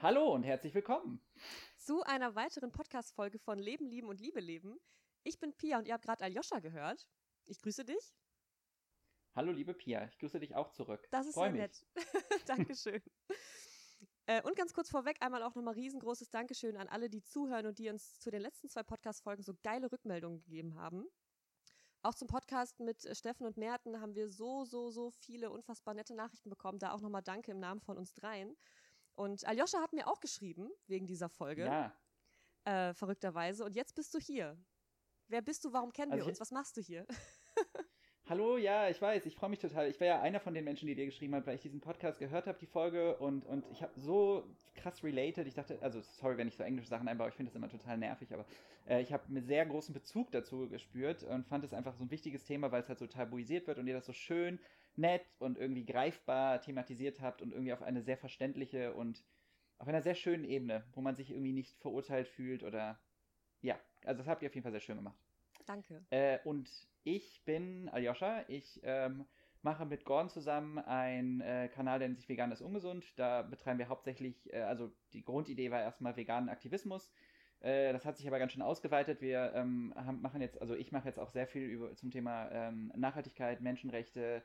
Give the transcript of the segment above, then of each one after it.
Hallo und herzlich willkommen zu einer weiteren Podcast-Folge von Leben, Lieben und Liebe leben. Ich bin Pia und ihr habt gerade Aljoscha gehört. Ich grüße dich. Hallo liebe Pia, ich grüße dich auch zurück. Das Ich ist freue sehr mich. nett. Dankeschön. Und ganz kurz vorweg einmal auch nochmal riesengroßes Dankeschön an alle, die zuhören und die uns zu den letzten 2 Podcast-Folgen so geile Rückmeldungen gegeben haben. Auch zum Podcast mit Steffen und Merten haben wir so viele unfassbar nette Nachrichten bekommen. Da auch nochmal Danke im Namen von uns dreien. Und Aljoscha hat mir auch geschrieben, wegen dieser Folge, Ja, verrückterweise. Und jetzt bist du hier. Wer bist du? Warum kennen wir also uns? Was machst du hier? hallo, ja, ich weiß, ich freue mich total. Ich war ja einer von den Menschen, die dir geschrieben hat, weil ich diesen Podcast gehört habe, die Folge, und ich habe so krass related. Ich dachte, also sorry, wenn ich so englische Sachen einbaue, ich finde das immer total nervig, aber ich habe einen sehr großen Bezug dazu gespürt und fand es einfach so ein wichtiges Thema, weil es halt so tabuisiert wird und ihr das so schön, nett und irgendwie greifbar thematisiert habt und irgendwie auf eine sehr verständliche und auf einer sehr schönen Ebene, wo man sich irgendwie nicht verurteilt fühlt oder ja, also das habt ihr auf jeden Fall sehr schön gemacht. Danke. Und ich bin Aljoscha. Ich mache mit Gordon zusammen einen Kanal, der nennt sich Vegan ist ungesund. Da betreiben wir hauptsächlich, also die Grundidee war erstmal veganen Aktivismus. Das hat sich aber ganz schön ausgeweitet. Wir machen jetzt, also ich mache jetzt auch sehr viel zum Thema Nachhaltigkeit, Menschenrechte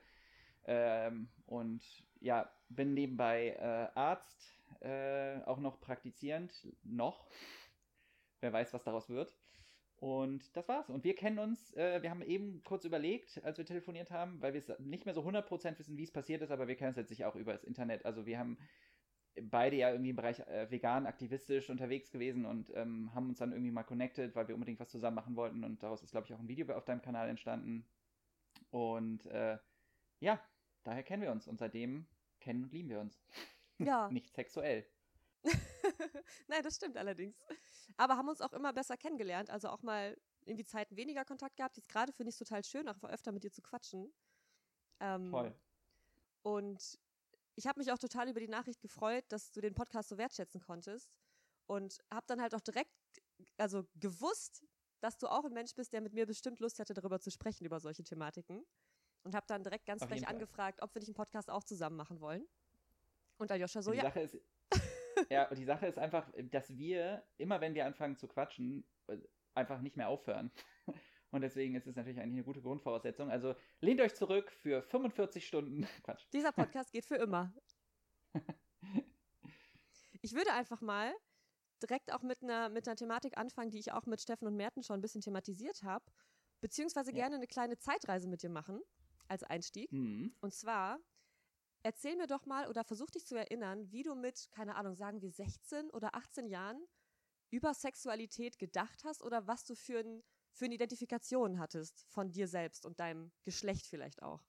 und ja, bin nebenbei Arzt, auch noch praktizierend, noch. Wer weiß, was daraus wird. Und das war's. Und wir kennen uns, wir haben eben kurz überlegt, als wir telefoniert haben, weil wir es nicht mehr so 100% wissen, wie es passiert ist, aber wir kennen es letztlich auch über das Internet. Also wir haben beide ja irgendwie im Bereich vegan aktivistisch unterwegs gewesen und haben uns dann irgendwie mal connected, weil wir unbedingt was zusammen machen wollten. Und daraus ist, glaube ich, auch ein Video auf deinem Kanal entstanden. Und ja, daher kennen wir uns. Und seitdem kennen und lieben wir uns. Ja. Nicht sexuell. Nein, das stimmt allerdings. Aber haben uns auch immer besser kennengelernt. Also auch mal irgendwie Zeiten weniger Kontakt gehabt. Jetzt gerade finde ich es total schön, auch öfter mit dir zu quatschen. Voll. Und ich habe mich auch total über die Nachricht gefreut, dass du den Podcast so wertschätzen konntest. Und habe dann halt auch direkt, also gewusst, dass du auch ein Mensch bist, der mit mir bestimmt Lust hätte, darüber zu sprechen, über solche Thematiken. Und habe dann direkt ganz Auf jeden frech Fall. angefragt, ob wir nicht einen Podcast auch zusammen machen wollen. Und Aljoscha so, Die ja. Sache ist, Ja, die Sache ist einfach, dass wir, immer wenn wir anfangen zu quatschen, einfach nicht mehr aufhören. Und deswegen ist es natürlich eigentlich eine gute Grundvoraussetzung. Also lehnt euch zurück für 45 Stunden. Quatsch. Dieser Podcast geht für immer. Ich würde einfach mal direkt auch mit einer Thematik anfangen, die ich auch mit Steffen und Merten schon ein bisschen thematisiert habe, beziehungsweise Ja. gerne eine kleine Zeitreise mit dir machen als Einstieg. Mhm. Und zwar, erzähl mir doch mal oder versuch dich zu erinnern, wie du mit, keine Ahnung, sagen wir 16 oder 18 Jahren über Sexualität gedacht hast oder was du für eine Identifikation hattest von dir selbst und deinem Geschlecht vielleicht auch.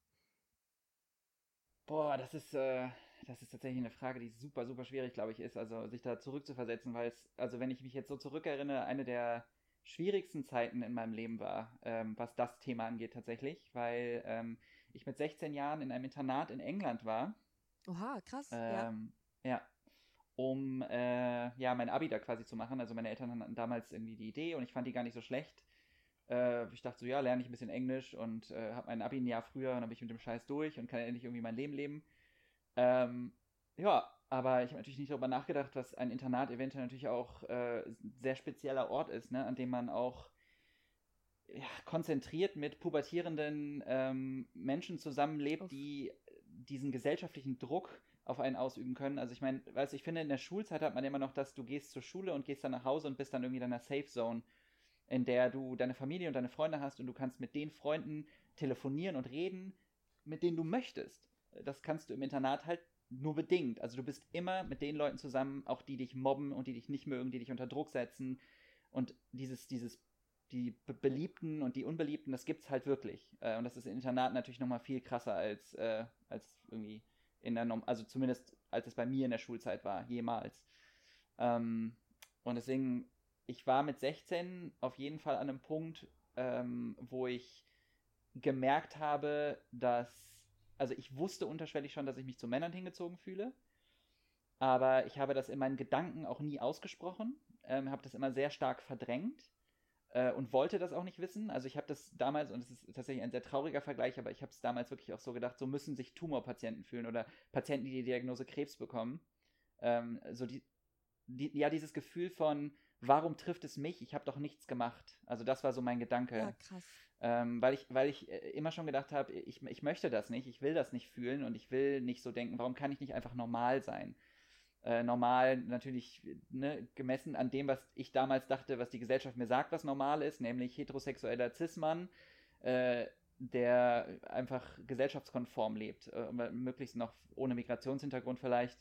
Boah, das ist tatsächlich eine Frage, die super, super schwierig, glaube ich, ist. Also sich da zurückzuversetzen, weil es, also wenn ich mich jetzt so zurückerinnere, eine der schwierigsten Zeiten in meinem Leben war, was das Thema angeht tatsächlich, weil ich mit 16 Jahren in einem Internat in England war. Oha, krass, ja. Ja, um ja mein Abi da quasi zu machen. Also meine Eltern hatten damals irgendwie die Idee und ich fand die gar nicht so schlecht. Ich dachte so, ja, lerne ich ein bisschen Englisch und habe mein Abi ein Jahr früher und dann bin ich mit dem Scheiß durch und kann endlich irgendwie mein Leben leben. Ähm, ja, aber ich habe natürlich nicht darüber nachgedacht, dass ein Internat eventuell natürlich auch ein sehr spezieller Ort ist, ne, an dem man auch ja, konzentriert mit pubertierenden Menschen zusammenlebt, Uff. die diesen gesellschaftlichen Druck auf einen ausüben können. Also ich meine, weißt du, ich finde, in der Schulzeit hat man immer noch das, du gehst zur Schule und gehst dann nach Hause und bist dann irgendwie in deiner Safe Zone, in der du deine Familie und deine Freunde hast und du kannst mit den Freunden telefonieren und reden, mit denen du möchtest. Das kannst du im Internat halt nur bedingt. Also du bist immer mit den Leuten zusammen, auch die dich mobben und die dich nicht mögen, die dich unter Druck setzen. Und die Beliebten und die Unbeliebten, das gibt's halt wirklich. Und das ist im Internat natürlich nochmal viel krasser als irgendwie also zumindest als es bei mir in der Schulzeit war, jemals. Und deswegen, ich war mit 16 auf jeden Fall an einem Punkt, wo ich gemerkt habe, also ich wusste unterschwellig schon, dass ich mich zu Männern hingezogen fühle, aber ich habe das in meinen Gedanken auch nie ausgesprochen, habe das immer sehr stark verdrängt und wollte das auch nicht wissen. Also ich habe das damals, und es ist tatsächlich ein sehr trauriger Vergleich, aber ich habe es damals wirklich auch so gedacht, so müssen sich Tumorpatienten fühlen oder Patienten, die die Diagnose Krebs bekommen. So dieses Gefühl von, warum trifft es mich? Ich habe doch nichts gemacht. Also das war so mein Gedanke. Ja, krass. Weil ich immer schon gedacht habe, ich möchte das nicht, ich will das nicht fühlen und ich will nicht so denken, warum kann ich nicht einfach normal sein? Normal natürlich, ne, gemessen an dem, was ich damals dachte, was die Gesellschaft mir sagt, was normal ist, nämlich heterosexueller Cis-Mann, der einfach gesellschaftskonform lebt, möglichst noch ohne Migrationshintergrund vielleicht.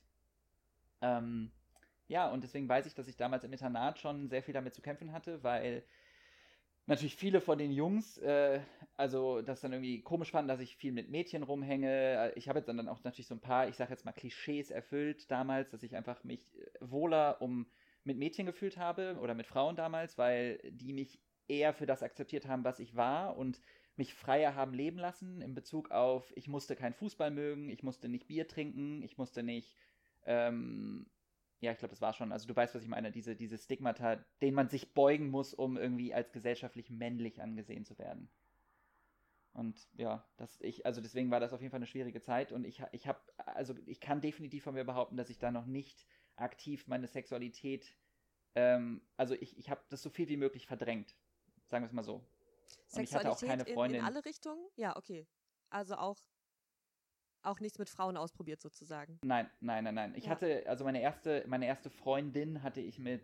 Ja, und deswegen weiß ich, dass ich damals im Internat schon sehr viel damit zu kämpfen hatte, weil natürlich viele von den Jungs, also das dann irgendwie komisch fanden, dass ich viel mit Mädchen rumhänge. Ich habe jetzt dann auch natürlich so ein paar, ich sage jetzt mal Klischees erfüllt damals, dass ich einfach mich wohler mit Mädchen gefühlt habe oder mit Frauen damals, weil die mich eher für das akzeptiert haben, was ich war und mich freier haben leben lassen in Bezug auf, ich musste keinen Fußball mögen, ich musste nicht Bier trinken, ich musste nicht ja, ich glaube, das war schon. Also du weißt, was ich meine, diese Stigmata, denen man sich beugen muss, um irgendwie als gesellschaftlich männlich angesehen zu werden. Und ja, also deswegen war das auf jeden Fall eine schwierige Zeit und ich kann definitiv von mir behaupten, dass ich da noch nicht aktiv meine Sexualität, also ich habe das so viel wie möglich verdrängt, sagen wir es mal so. Und ich hatte auch keine Sexualität Freundin. in alle Richtungen? Ja, okay. Also auch nichts mit Frauen ausprobiert sozusagen. Nein. Ich Ja. hatte, also meine erste Freundin hatte ich mit,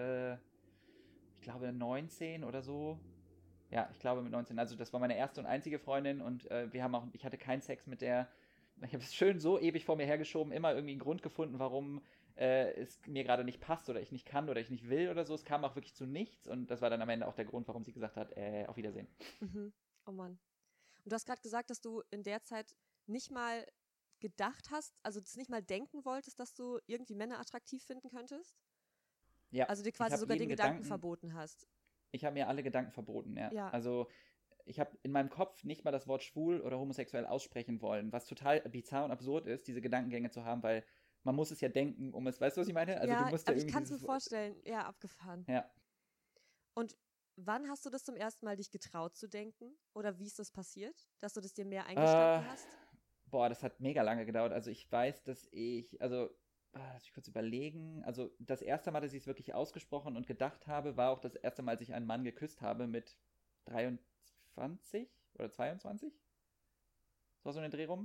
ich glaube 19 oder so. Ja, ich glaube mit 19. Also das war meine erste und einzige Freundin und ich hatte keinen Sex mit der. Ich habe es schön so ewig vor mir hergeschoben, immer irgendwie einen Grund gefunden, warum es mir gerade nicht passt oder ich nicht kann oder ich nicht will oder so. Es kam auch wirklich zu nichts und das war dann am Ende auch der Grund, warum sie gesagt hat, auf Wiedersehen. Mhm. Oh Mann. Und du hast gerade gesagt, dass du in der Zeit nicht mal gedacht hast, also das nicht mal denken wolltest, dass du irgendwie Männer attraktiv finden könntest? Ja, Also dir ich quasi habe sogar den jeden Gedanken Gedanken, verboten hast. ich habe mir alle Gedanken verboten, ja. Ja. Also ich habe in meinem Kopf nicht mal das Wort schwul oder homosexuell aussprechen wollen, was total bizarr und absurd ist, diese Gedankengänge zu haben, weil man muss es ja denken, weißt du, was ich meine? Also du Ja, musst ja aber ich irgendwie kann es mir vorstellen. Ja, abgefahren. ja. Und wann hast du das zum ersten Mal dich getraut zu denken? Oder wie ist das passiert, dass du das dir mehr Äh, eingestanden hast? boah, das hat mega lange gedauert. Also ich weiß, lass mich kurz überlegen. Also das erste Mal, dass ich es wirklich ausgesprochen und gedacht habe, war auch das erste Mal, als ich einen Mann geküsst habe mit 23 oder 22. Das war so eine Dreh rum.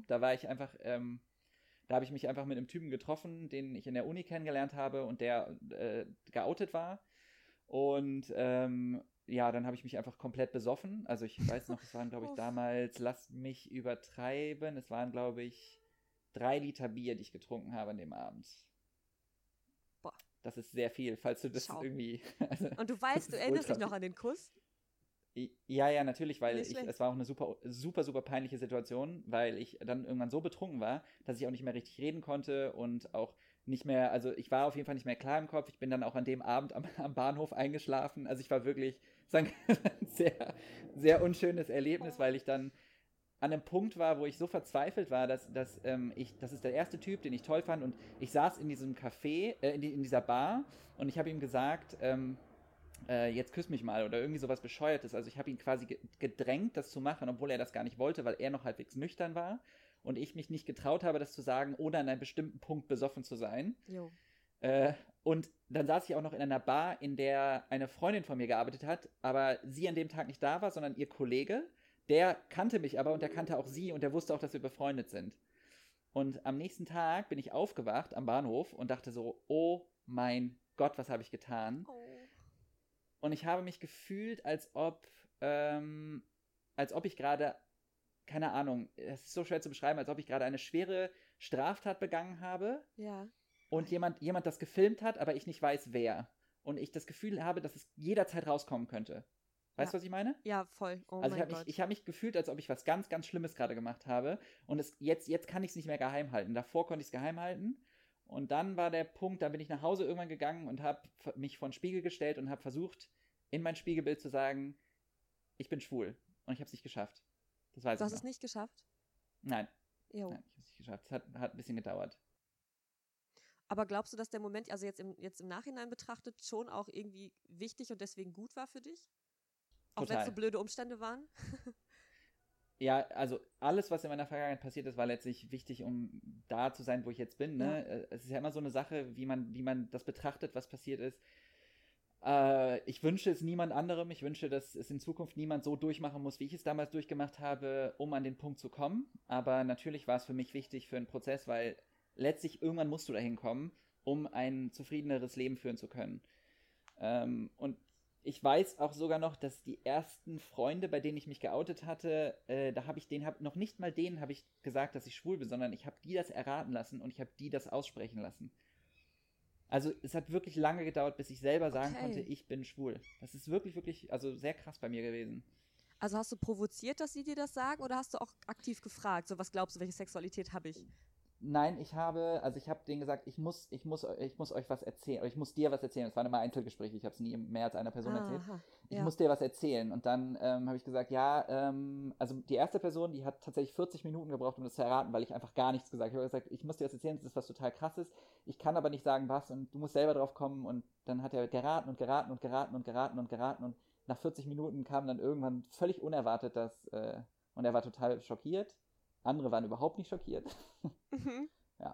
Da habe ich mich einfach mit einem Typen getroffen, den ich in der Uni kennengelernt habe und der geoutet war. Und ja, dann habe ich mich einfach komplett besoffen. Also ich weiß noch, es waren, glaube ich, Uff. damals, lass mich übertreiben, es waren, glaube ich, 3 Liter Bier, die ich getrunken habe an dem Abend. Boah, Das ist sehr viel, falls du das schau. irgendwie. Also, Und du das weißt, du ist erinnerst ultra dich noch viel. an den Kuss? Ja, natürlich, weil Nicht schlecht. es war auch eine super peinliche Situation, weil ich dann irgendwann so betrunken war, dass ich auch nicht mehr richtig reden konnte und auch nicht mehr, also ich war auf jeden Fall nicht mehr klar im Kopf. Ich bin dann auch an dem Abend am Bahnhof eingeschlafen. Also ich war wirklich, sagen, ein sehr unschönes Erlebnis, weil ich dann an einem Punkt war, wo ich so verzweifelt war, das ist der erste Typ, den ich toll fand und ich saß in diesem Café, in dieser Bar und ich habe ihm gesagt, jetzt küss mich mal oder irgendwie sowas Bescheuertes. Also ich habe ihn quasi gedrängt, das zu machen, obwohl er das gar nicht wollte, weil er noch halbwegs nüchtern war und ich mich nicht getraut habe, das zu sagen, ohne an einem bestimmten Punkt besoffen zu sein. Jo. Und dann saß ich auch noch in einer Bar, in der eine Freundin von mir gearbeitet hat, aber sie an dem Tag nicht da war, sondern ihr Kollege. Der kannte mich aber und der kannte auch sie und der wusste auch, dass wir befreundet sind. Und am nächsten Tag bin ich aufgewacht am Bahnhof und dachte so, oh mein Gott, was habe ich getan? Oh. Und ich habe mich gefühlt, als ob ich gerade, keine Ahnung, es ist so schwer zu beschreiben, als ob ich gerade eine schwere Straftat begangen habe Ja. und jemand das gefilmt hat, aber ich nicht weiß, wer. Und ich das Gefühl habe, dass es jederzeit rauskommen könnte. Weißt du, Ja. was ich meine? Ja, voll. Oh Also mein Gott. ich habe mich gefühlt, als ob ich was ganz, ganz Schlimmes gerade gemacht habe. Und jetzt kann ich es nicht mehr geheim halten. Davor konnte ich es geheim halten. Und dann war der Punkt, da bin ich nach Hause irgendwann gegangen und habe mich vor den Spiegel gestellt und habe versucht, in mein Spiegelbild zu sagen, ich bin schwul. Und ich habe es nicht geschafft. Das weiß Du ich hast noch. es nicht geschafft? Nein, Jo. nein, ich habe es nicht geschafft. Es hat ein bisschen gedauert. Aber glaubst du, dass der Moment, also jetzt im Nachhinein betrachtet, schon auch irgendwie wichtig und deswegen gut war für dich? Auch wenn es so Total. blöde Umstände waren? Ja, also alles, was in meiner Vergangenheit passiert ist, war letztlich wichtig, um da zu sein, wo ich jetzt bin. Ne? Es ist ja immer so eine Sache, wie man das betrachtet, was passiert ist. Ich wünsche es niemand anderem. Ich wünsche, dass es in Zukunft niemand so durchmachen muss, wie ich es damals durchgemacht habe, um an den Punkt zu kommen. Aber natürlich war es für mich wichtig für einen Prozess, weil letztlich irgendwann musst du dahin kommen, um ein zufriedeneres Leben führen zu können. Und ich weiß auch sogar noch, dass die ersten Freunde, bei denen ich mich geoutet hatte, noch nicht mal denen habe ich gesagt, dass ich schwul bin, sondern ich habe die das erraten lassen und ich habe die das aussprechen lassen. Also es hat wirklich lange gedauert, bis ich selber sagen konnte, ich bin schwul. Das ist wirklich, wirklich, also sehr krass bei mir gewesen. Also hast du provoziert, dass sie dir das sagen oder hast du auch aktiv gefragt, so was glaubst du, welche Sexualität habe ich? Nein, ich habe denen gesagt, ich muss euch was erzählen, oder ich muss dir was erzählen. Es waren immer Einzelgespräche, ich habe es nie mehr als einer Person erzählt. Aha, Ich ja. muss dir was erzählen. Und dann habe ich gesagt, ja, also die erste Person, die hat tatsächlich 40 Minuten gebraucht, um das zu erraten, weil ich einfach gar nichts gesagt habe. Ich habe gesagt, ich muss dir was erzählen, das ist was total krasses. Ich kann aber nicht sagen, was, und du musst selber drauf kommen. Und dann hat er geraten und geraten und geraten und geraten und geraten. Und nach 40 Minuten kam dann irgendwann völlig unerwartet und er war total schockiert. Andere waren überhaupt nicht schockiert. Mhm. Ja,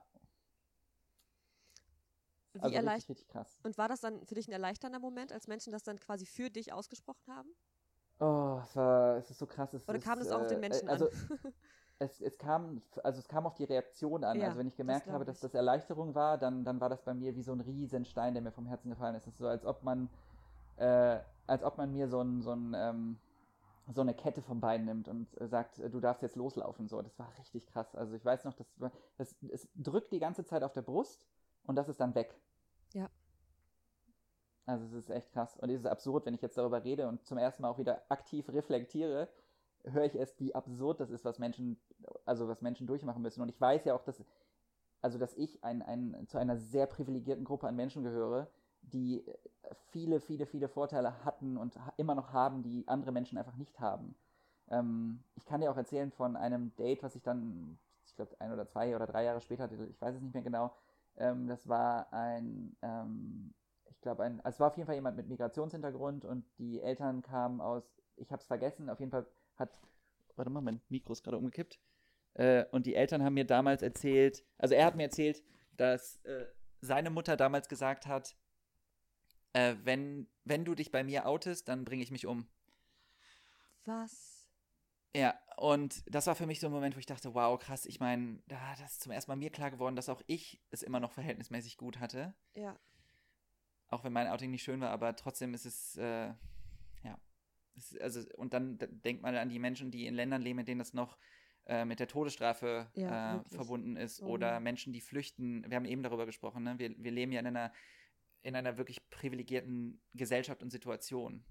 Wie also richtig, erleicht richtig krass. Und war das dann für dich ein erleichternder Moment, als Menschen das dann quasi für dich ausgesprochen haben? Oh, es ist so krass. Oder kam das auch auf den Menschen an? Also es kam auf die Reaktion an. Also Ja, wenn ich das gemerkt habe, glaube dass ich. das Erleichterung war, dann war das bei mir wie so ein Riesenstein, der mir vom Herzen gefallen ist. Es ist so, als ob man mir so eine Kette vom Bein nimmt und sagt, du darfst jetzt loslaufen. So, das war richtig krass. Also ich weiß noch, es drückt die ganze Zeit auf der Brust und das ist dann weg. Ja. Also es ist echt krass. Und es ist absurd, wenn ich jetzt darüber rede und zum ersten Mal auch wieder aktiv reflektiere, höre ich erst, wie absurd das ist, was Menschen durchmachen müssen. Und ich weiß ja auch, dass ich zu einer sehr privilegierten Gruppe an Menschen gehöre, die viele, viele, viele Vorteile hatten und immer noch haben, die andere Menschen einfach nicht haben. Ich kann dir auch erzählen von einem Date, was ich dann, ich glaube, 1 oder 2 oder 3 Jahre später hatte, ich weiß es nicht mehr genau. Das war also es war auf jeden Fall jemand mit Migrationshintergrund und die Eltern kamen ich habe es vergessen, auf jeden Fall warte mal, mein Mikro ist gerade umgekippt. Und die Eltern haben mir damals erzählt, also er hat mir erzählt, dass seine Mutter damals gesagt hat, wenn du dich bei mir outest, dann bringe ich mich um. Was? Ja, und das war für mich so ein Moment, wo ich dachte, wow, krass, ich meine, das ist zum ersten Mal mir klar geworden, dass auch ich es immer noch verhältnismäßig gut hatte. Ja. Auch wenn mein Outing nicht schön war, aber trotzdem ist es, ja. Und dann denkt man an die Menschen, die in Ländern leben, in denen das noch mit der Todesstrafe Ja, wirklich. verbunden ist. Oh Oder Mann. Menschen, die flüchten. Wir haben eben darüber gesprochen, ne? Wir leben ja in einer wirklich privilegierten Gesellschaft und Situation.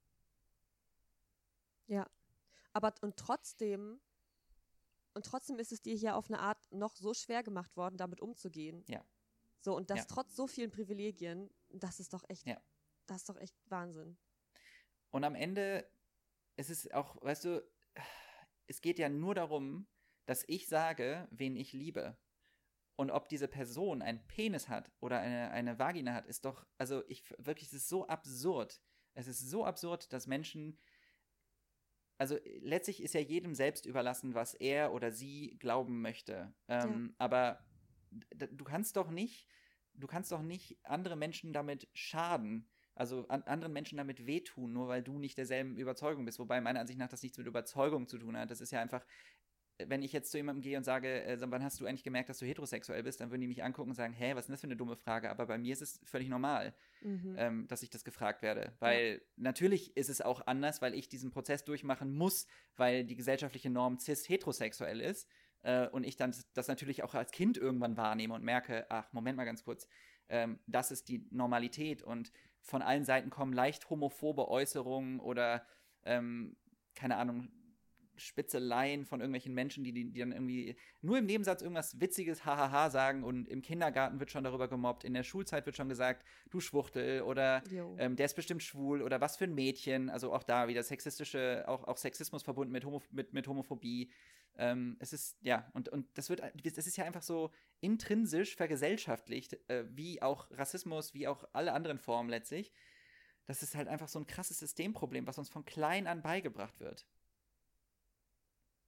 Ja. Aber und trotzdem ist es dir hier auf eine Art noch so schwer gemacht worden, damit umzugehen. Ja. So, und das Ja. trotz so vielen Privilegien, das ist doch echt, Ja. das ist doch echt Wahnsinn. Und am Ende ist es auch, weißt du, es geht ja nur darum, dass ich sage, wen ich liebe. Und ob diese Person einen Penis hat oder eine Vagina hat, ist doch, also wirklich, es ist so absurd. Es ist so absurd, dass Menschen, also letztlich ist ja jedem selbst überlassen, was er oder sie glauben möchte. Aber du kannst doch nicht andere Menschen damit schaden, also anderen Menschen damit wehtun, nur weil du nicht derselben Überzeugung bist. Wobei meiner Ansicht nach das nichts mit Überzeugung zu tun hat. Das ist ja einfach, wenn ich jetzt zu jemandem gehe und sage, wann hast du eigentlich gemerkt, dass du heterosexuell bist, dann würden die mich angucken und sagen, hä, was ist denn das für eine dumme Frage? Aber bei mir ist es völlig normal, dass ich das gefragt werde. Weil natürlich ist es auch anders, weil ich diesen Prozess durchmachen muss, weil die gesellschaftliche Norm cis-heterosexuell ist. Und ich dann das natürlich auch als Kind irgendwann wahrnehme und merke, ach, Moment mal ganz kurz, das ist die Normalität und von allen Seiten kommen leicht homophobe Äußerungen oder, keine Ahnung, Spitzeleien von irgendwelchen Menschen, die dann irgendwie nur im Nebensatz irgendwas Witziges, hahaha sagen und im Kindergarten wird schon darüber gemobbt, in der Schulzeit wird schon gesagt, du Schwuchtel oder der ist bestimmt schwul oder was für ein Mädchen, also auch da wieder auch Sexismus verbunden mit Homophobie. Es ist, ja, und das ist ja einfach so intrinsisch vergesellschaftlicht, wie auch Rassismus, wie auch alle anderen Formen letztlich. Das ist halt einfach so ein krasses Systemproblem, was uns von klein an beigebracht wird.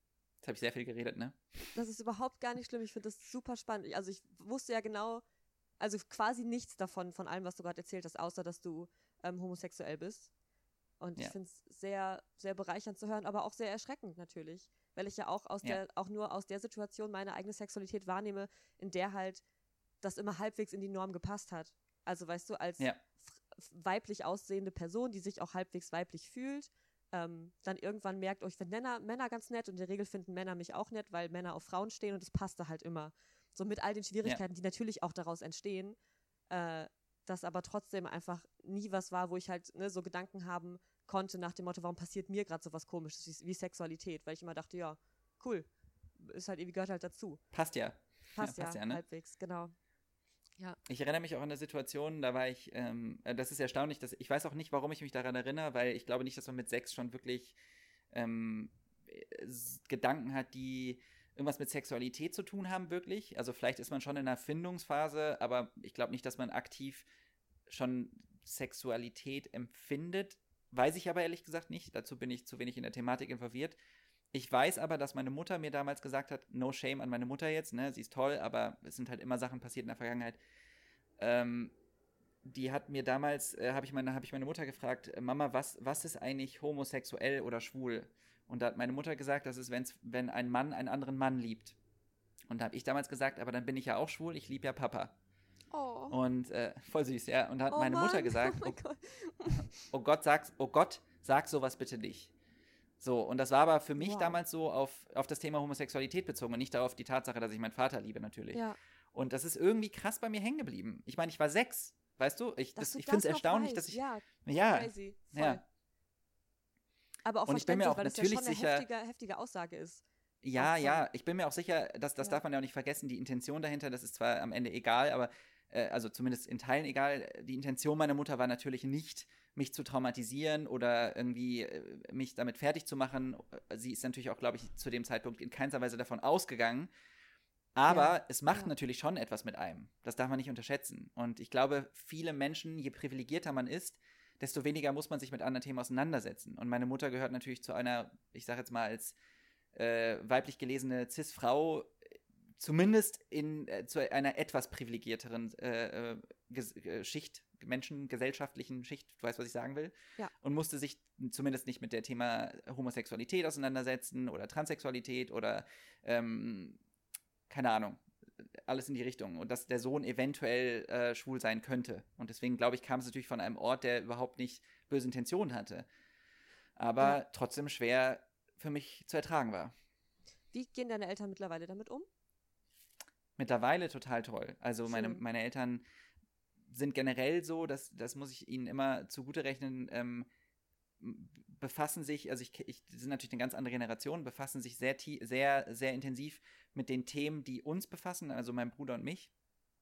Jetzt habe ich sehr viel geredet, ne? Das ist überhaupt gar nicht schlimm. Ich finde das super spannend. Also ich wusste ja genau, also quasi nichts davon, von allem, was du gerade erzählt hast, außer dass du homosexuell bist. Und ich Ja. finde es sehr, sehr bereichernd zu hören, aber auch sehr erschreckend natürlich. Weil ich ja auch Ja. auch nur aus der Situation meine eigene Sexualität wahrnehme, in der halt das immer halbwegs in die Norm gepasst hat. Also weißt du, als Ja. weiblich aussehende Person, die sich auch halbwegs weiblich fühlt, dann irgendwann merkt, oh, ich finde Männer ganz nett und in der Regel finden Männer mich auch nett, weil Männer auf Frauen stehen und es passte halt immer. So mit all den Ja. Schwierigkeiten, die natürlich auch daraus entstehen, das aber trotzdem einfach nie was war, wo ich halt so Gedanken haben konnte nach dem Motto, warum passiert mir gerade so was Komisches wie Sexualität, weil ich immer dachte, ja, cool, ist halt irgendwie, gehört halt dazu. Passt ja. Passt Ja, ne? halbwegs, genau. Ja. Ich erinnere mich auch an eine Situation, da war ich, das ist erstaunlich, ich weiß auch nicht, warum ich mich daran erinnere, weil ich glaube nicht, dass man mit 6 schon wirklich Gedanken hat, die irgendwas mit Sexualität zu tun haben, wirklich. Also vielleicht ist man schon in einer Findungsphase, aber ich glaube nicht, dass man aktiv schon Sexualität empfindet. Weiß ich aber ehrlich gesagt nicht. Dazu bin ich zu wenig in der Thematik involviert. Ich weiß aber, dass meine Mutter mir damals gesagt hat, no shame an meine Mutter jetzt, ne, sie ist toll, aber es sind halt immer Sachen passiert in der Vergangenheit. Die hat mir damals, habe ich meine Mutter gefragt, Mama, was ist eigentlich homosexuell oder schwul? Und da hat meine Mutter gesagt, das ist, wenn ein Mann einen anderen Mann liebt. Und da habe ich damals gesagt, aber dann bin ich ja auch schwul, ich liebe ja Papa. Oh. Und voll süß, ja. Und da hat Oh meine Mann. Mutter gesagt, Oh mein Gott. oh Gott, sag sowas bitte nicht. So, und das war aber für mich Wow. damals so auf das Thema Homosexualität bezogen und nicht darauf die Tatsache, dass ich meinen Vater liebe, natürlich. Ja. Und das ist irgendwie krass bei mir hängen geblieben. Ich meine, ich war 6, weißt du? Ich Dass du finde es das noch erstaunlich, weißt. dass ich. Ja, Ja, crazy. Voll. ja. Aber auch Und ich bin verständlich, mir auch weil das ja natürlich schon eine sicher. heftige Aussage ist. Ja, Auch von- ja, ich bin mir auch sicher, das Ja. darf man ja auch nicht vergessen, die Intention dahinter, das ist zwar am Ende egal, aber also zumindest in Teilen egal, die Intention meiner Mutter war natürlich nicht, mich zu traumatisieren oder irgendwie mich damit fertig zu machen. Sie ist natürlich auch, glaube ich, zu dem Zeitpunkt in keinster Weise davon ausgegangen. Aber Ja, es macht ja. natürlich schon etwas mit einem. Das darf man nicht unterschätzen. Und ich glaube, viele Menschen, je privilegierter man ist, desto weniger muss man sich mit anderen Themen auseinandersetzen. Und meine Mutter gehört natürlich zu einer, ich sage jetzt mal als weiblich gelesene Cis-Frau, zumindest zu einer etwas privilegierteren Schicht, gesellschaftlichen Schicht, du weißt, was ich sagen will, Ja. und musste sich zumindest nicht mit der Thema Homosexualität auseinandersetzen oder Transsexualität oder keine Ahnung, alles in die Richtung. Und dass der Sohn eventuell schwul sein könnte. Und deswegen, glaube ich, kam es natürlich von einem Ort, der überhaupt nicht böse Intentionen hatte. Aber Ja. trotzdem schwer für mich zu ertragen war. Wie gehen deine Eltern mittlerweile damit um? Mittlerweile total toll. Also Schön. meine Eltern sind generell so, das muss ich ihnen immer zugute rechnen, befassen sich, also die sind natürlich eine ganz andere Generation, befassen sich sehr, sehr intensiv mit den Themen, die uns befassen, also mein Bruder und mich.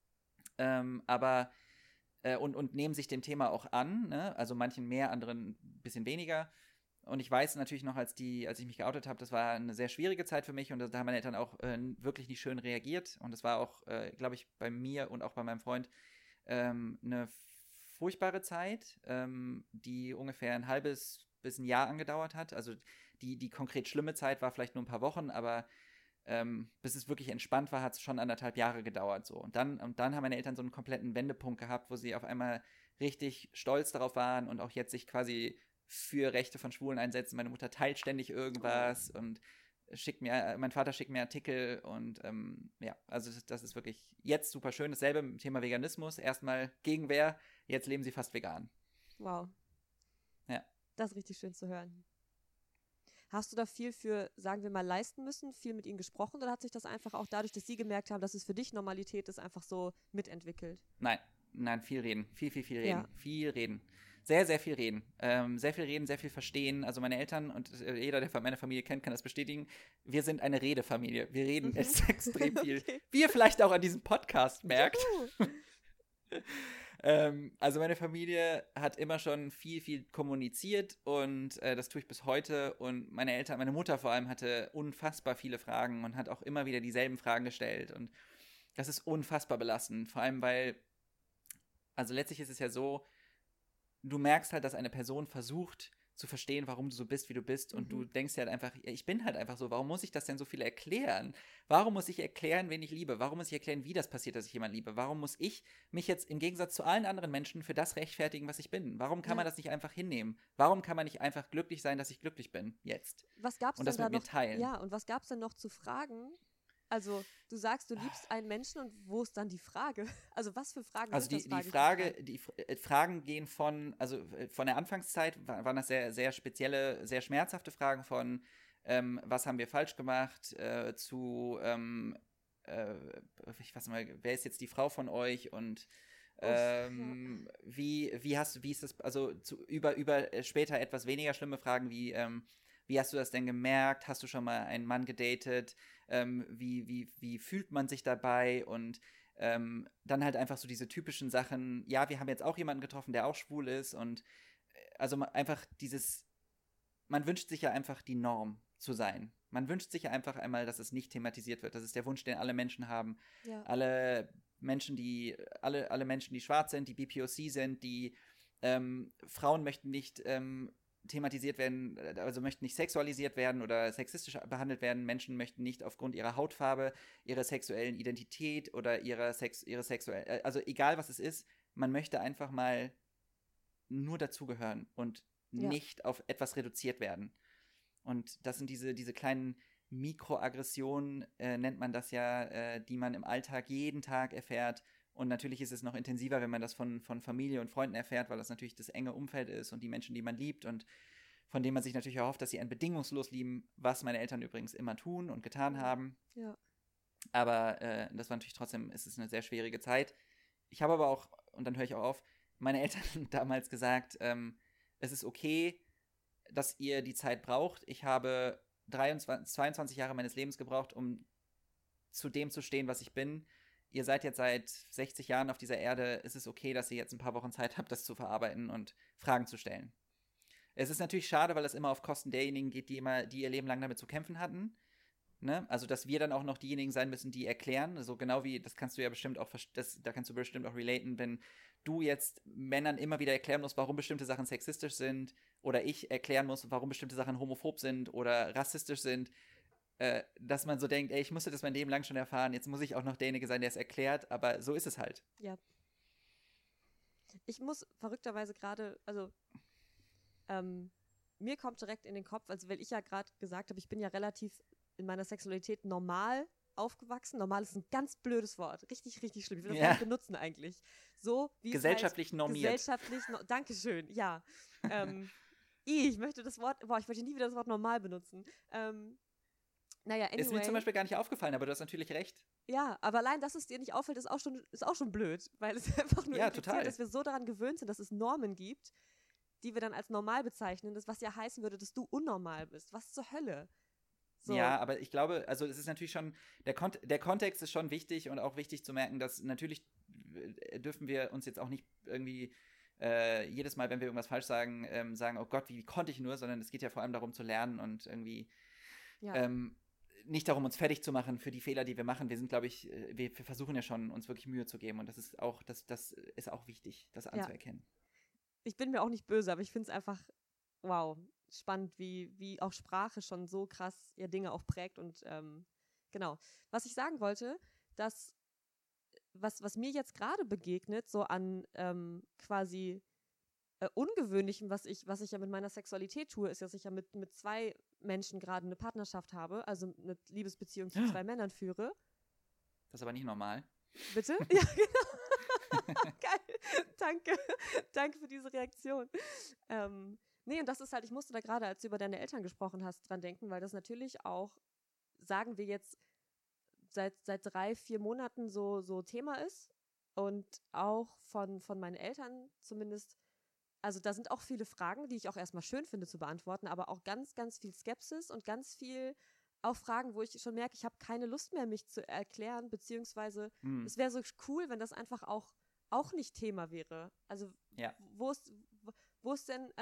Aber und nehmen sich dem Thema auch an, ne? Also manchen mehr, anderen ein bisschen weniger. Und ich weiß natürlich noch, als ich mich geoutet habe, das war eine sehr schwierige Zeit für mich und da haben meine Eltern auch wirklich nicht schön reagiert. Und das war auch, glaube ich, bei mir und auch bei meinem Freund eine furchtbare Zeit, die ungefähr ein halbes bis ein Jahr angedauert hat. Also die konkret schlimme Zeit war vielleicht nur ein paar Wochen, aber bis es wirklich entspannt war, hat es schon 1,5 Jahre gedauert. So. Und dann haben meine Eltern so einen kompletten Wendepunkt gehabt, wo sie auf einmal richtig stolz darauf waren und auch jetzt sich quasi für Rechte von Schwulen einsetzen. Meine Mutter teilt ständig irgendwas und mein Vater schickt mir Artikel und ja, also das ist wirklich jetzt super schön. Dasselbe mit dem Thema Veganismus. Erstmal Gegenwehr, jetzt leben sie fast vegan. Wow. Ja. Das ist richtig schön zu hören. Hast du da viel für, sagen wir mal, leisten müssen, viel mit ihnen gesprochen oder hat sich das einfach auch dadurch, dass sie gemerkt haben, dass es für dich Normalität ist, einfach so mitentwickelt? Nein, viel reden. Viel reden. Ja. Viel reden. Sehr, sehr viel reden. Sehr viel reden, sehr viel verstehen. Also meine Eltern und jeder, der meine Familie kennt, kann das bestätigen. Wir sind eine Redefamilie. Wir reden extrem viel. Okay. Wie ihr vielleicht auch an diesem Podcast merkt. Juhu. Also meine Familie hat immer schon viel kommuniziert und das tue ich bis heute. Und meine Mutter vor allem hatte unfassbar viele Fragen und hat auch immer wieder dieselben Fragen gestellt. Und das ist unfassbar belastend. Vor allem, weil, also letztlich ist es ja so, du merkst halt, dass eine Person versucht zu verstehen, warum du so bist, wie du bist. Und du denkst ja halt einfach, ich bin halt einfach so, warum muss ich das denn so viel erklären? Warum muss ich erklären, wen ich liebe? Warum muss ich erklären, wie das passiert, dass ich jemanden liebe? Warum muss ich mich jetzt im Gegensatz zu allen anderen Menschen für das rechtfertigen, was ich bin? Warum kann man das nicht einfach hinnehmen? Warum kann man nicht einfach glücklich sein, dass ich glücklich bin, jetzt? Was gab's und das denn mit da mir noch, teilen. ja, und was gab es denn noch zu fragen? Also, du sagst, du liebst einen Menschen und wo ist dann die Frage? Also, was für Fragen Also sind das? Frage ich mich die Fragen gehen von der Anfangszeit waren das sehr, sehr spezielle, sehr schmerzhafte Fragen von, was haben wir falsch gemacht, zu, ich weiß mal, wer ist jetzt die Frau von euch und wie ist das, also über später etwas weniger schlimme Fragen wie hast du das denn gemerkt? Hast du schon mal einen Mann gedatet? Wie fühlt man sich dabei? Und dann halt einfach so diese typischen Sachen, ja, wir haben jetzt auch jemanden getroffen, der auch schwul ist und also einfach man wünscht sich ja einfach die Norm zu sein. Man wünscht sich ja einfach einmal, dass es nicht thematisiert wird. Das ist der Wunsch, den alle Menschen haben. Ja. Alle Menschen, die schwarz sind, die BPOC sind, die Frauen möchten nicht thematisiert werden, also möchten nicht sexualisiert werden oder sexistisch behandelt werden. Menschen möchten nicht aufgrund ihrer Hautfarbe, ihrer sexuellen Identität oder ihrer sexuellen, also egal was es ist, man möchte einfach mal nur dazugehören und nicht auf etwas reduziert werden. Und das sind diese kleinen Mikroaggressionen, nennt man das ja, die man im Alltag jeden Tag erfährt. Und natürlich ist es noch intensiver, wenn man das von Familie und Freunden erfährt, weil das natürlich das enge Umfeld ist und die Menschen, die man liebt und von denen man sich natürlich erhofft, dass sie einen bedingungslos lieben, was meine Eltern übrigens immer tun und getan haben. Ja. Aber das war natürlich trotzdem, es ist eine sehr schwierige Zeit. Ich habe aber auch, und dann höre ich auch auf, meine Eltern damals gesagt, es ist okay, dass ihr die Zeit braucht. Ich habe 22 Jahre meines Lebens gebraucht, um zu dem zu stehen, was ich bin. Ihr seid jetzt seit 60 Jahren auf dieser Erde. Es ist okay, dass ihr jetzt ein paar Wochen Zeit habt, das zu verarbeiten und Fragen zu stellen. Es ist natürlich schade, weil es immer auf Kosten derjenigen geht, die ihr Leben lang damit zu kämpfen hatten. Ne? Also, dass wir dann auch noch diejenigen sein müssen, die erklären. Also, genau wie, das kannst du ja bestimmt auch, da kannst du bestimmt auch relaten, wenn du jetzt Männern immer wieder erklären musst, warum bestimmte Sachen sexistisch sind oder ich erklären muss, warum bestimmte Sachen homophob sind oder rassistisch sind, dass man so denkt, ey, ich musste das mein Leben lang schon erfahren, jetzt muss ich auch noch derjenige sein, der es erklärt, aber so ist es halt. Ja. Ich muss verrückterweise gerade, also mir kommt direkt in den Kopf, also weil ich ja gerade gesagt habe, ich bin ja relativ in meiner Sexualität normal aufgewachsen. Normal ist ein ganz blödes Wort. Richtig, richtig schlimm. Ich will das gar nicht benutzen eigentlich. So wie gesellschaftlich es halt normiert. Dankeschön, ja. Ich möchte das Wort, ich möchte nie wieder das Wort normal benutzen. Naja, anyway. Ist mir zum Beispiel gar nicht aufgefallen, aber du hast natürlich recht. Ja, aber allein, dass es dir nicht auffällt, ist auch schon blöd, weil es einfach nur impliziert, dass wir so daran gewöhnt sind, dass es Normen gibt, die wir dann als normal bezeichnen, was ja heißen würde, dass du unnormal bist. Was zur Hölle? So. Ja, aber ich glaube, also es ist natürlich schon, der Kontext ist schon wichtig und auch wichtig zu merken, dass natürlich dürfen wir uns jetzt auch nicht irgendwie jedes Mal, wenn wir irgendwas falsch sagen, sagen, oh Gott, wie konnte ich nur, sondern es geht ja vor allem darum zu lernen und irgendwie nicht darum, uns fertig zu machen für die Fehler, die wir machen. Wir sind, glaube ich, wir versuchen ja schon, uns wirklich Mühe zu geben und das ist auch wichtig, das anzuerkennen. Ich bin mir auch nicht böse, aber ich finde es einfach, wow, spannend, wie auch Sprache schon so krass ja Dinge auch prägt und genau. Was ich sagen wollte, dass was mir jetzt gerade begegnet, so an quasi Ungewöhnlichem, was ich ja mit meiner Sexualität tue, ist, dass ich ja mit zwei Menschen gerade eine Partnerschaft habe, also eine Liebesbeziehung zu zwei Männern führe. Das ist aber nicht normal. Bitte? Ja, genau. Geil. Danke für diese Reaktion. Nee, und das ist halt, ich musste da gerade, als du über deine Eltern gesprochen hast, dran denken, weil das natürlich auch, sagen wir jetzt, seit 3-4 Monaten so Thema ist und auch von meinen Eltern zumindest, also da sind auch viele Fragen, die ich auch erstmal schön finde zu beantworten, aber auch ganz, ganz viel Skepsis und ganz viel auch Fragen, wo ich schon merke, ich habe keine Lust mehr, mich zu erklären, beziehungsweise es wäre so cool, wenn das einfach auch nicht Thema wäre. Also wo ist denn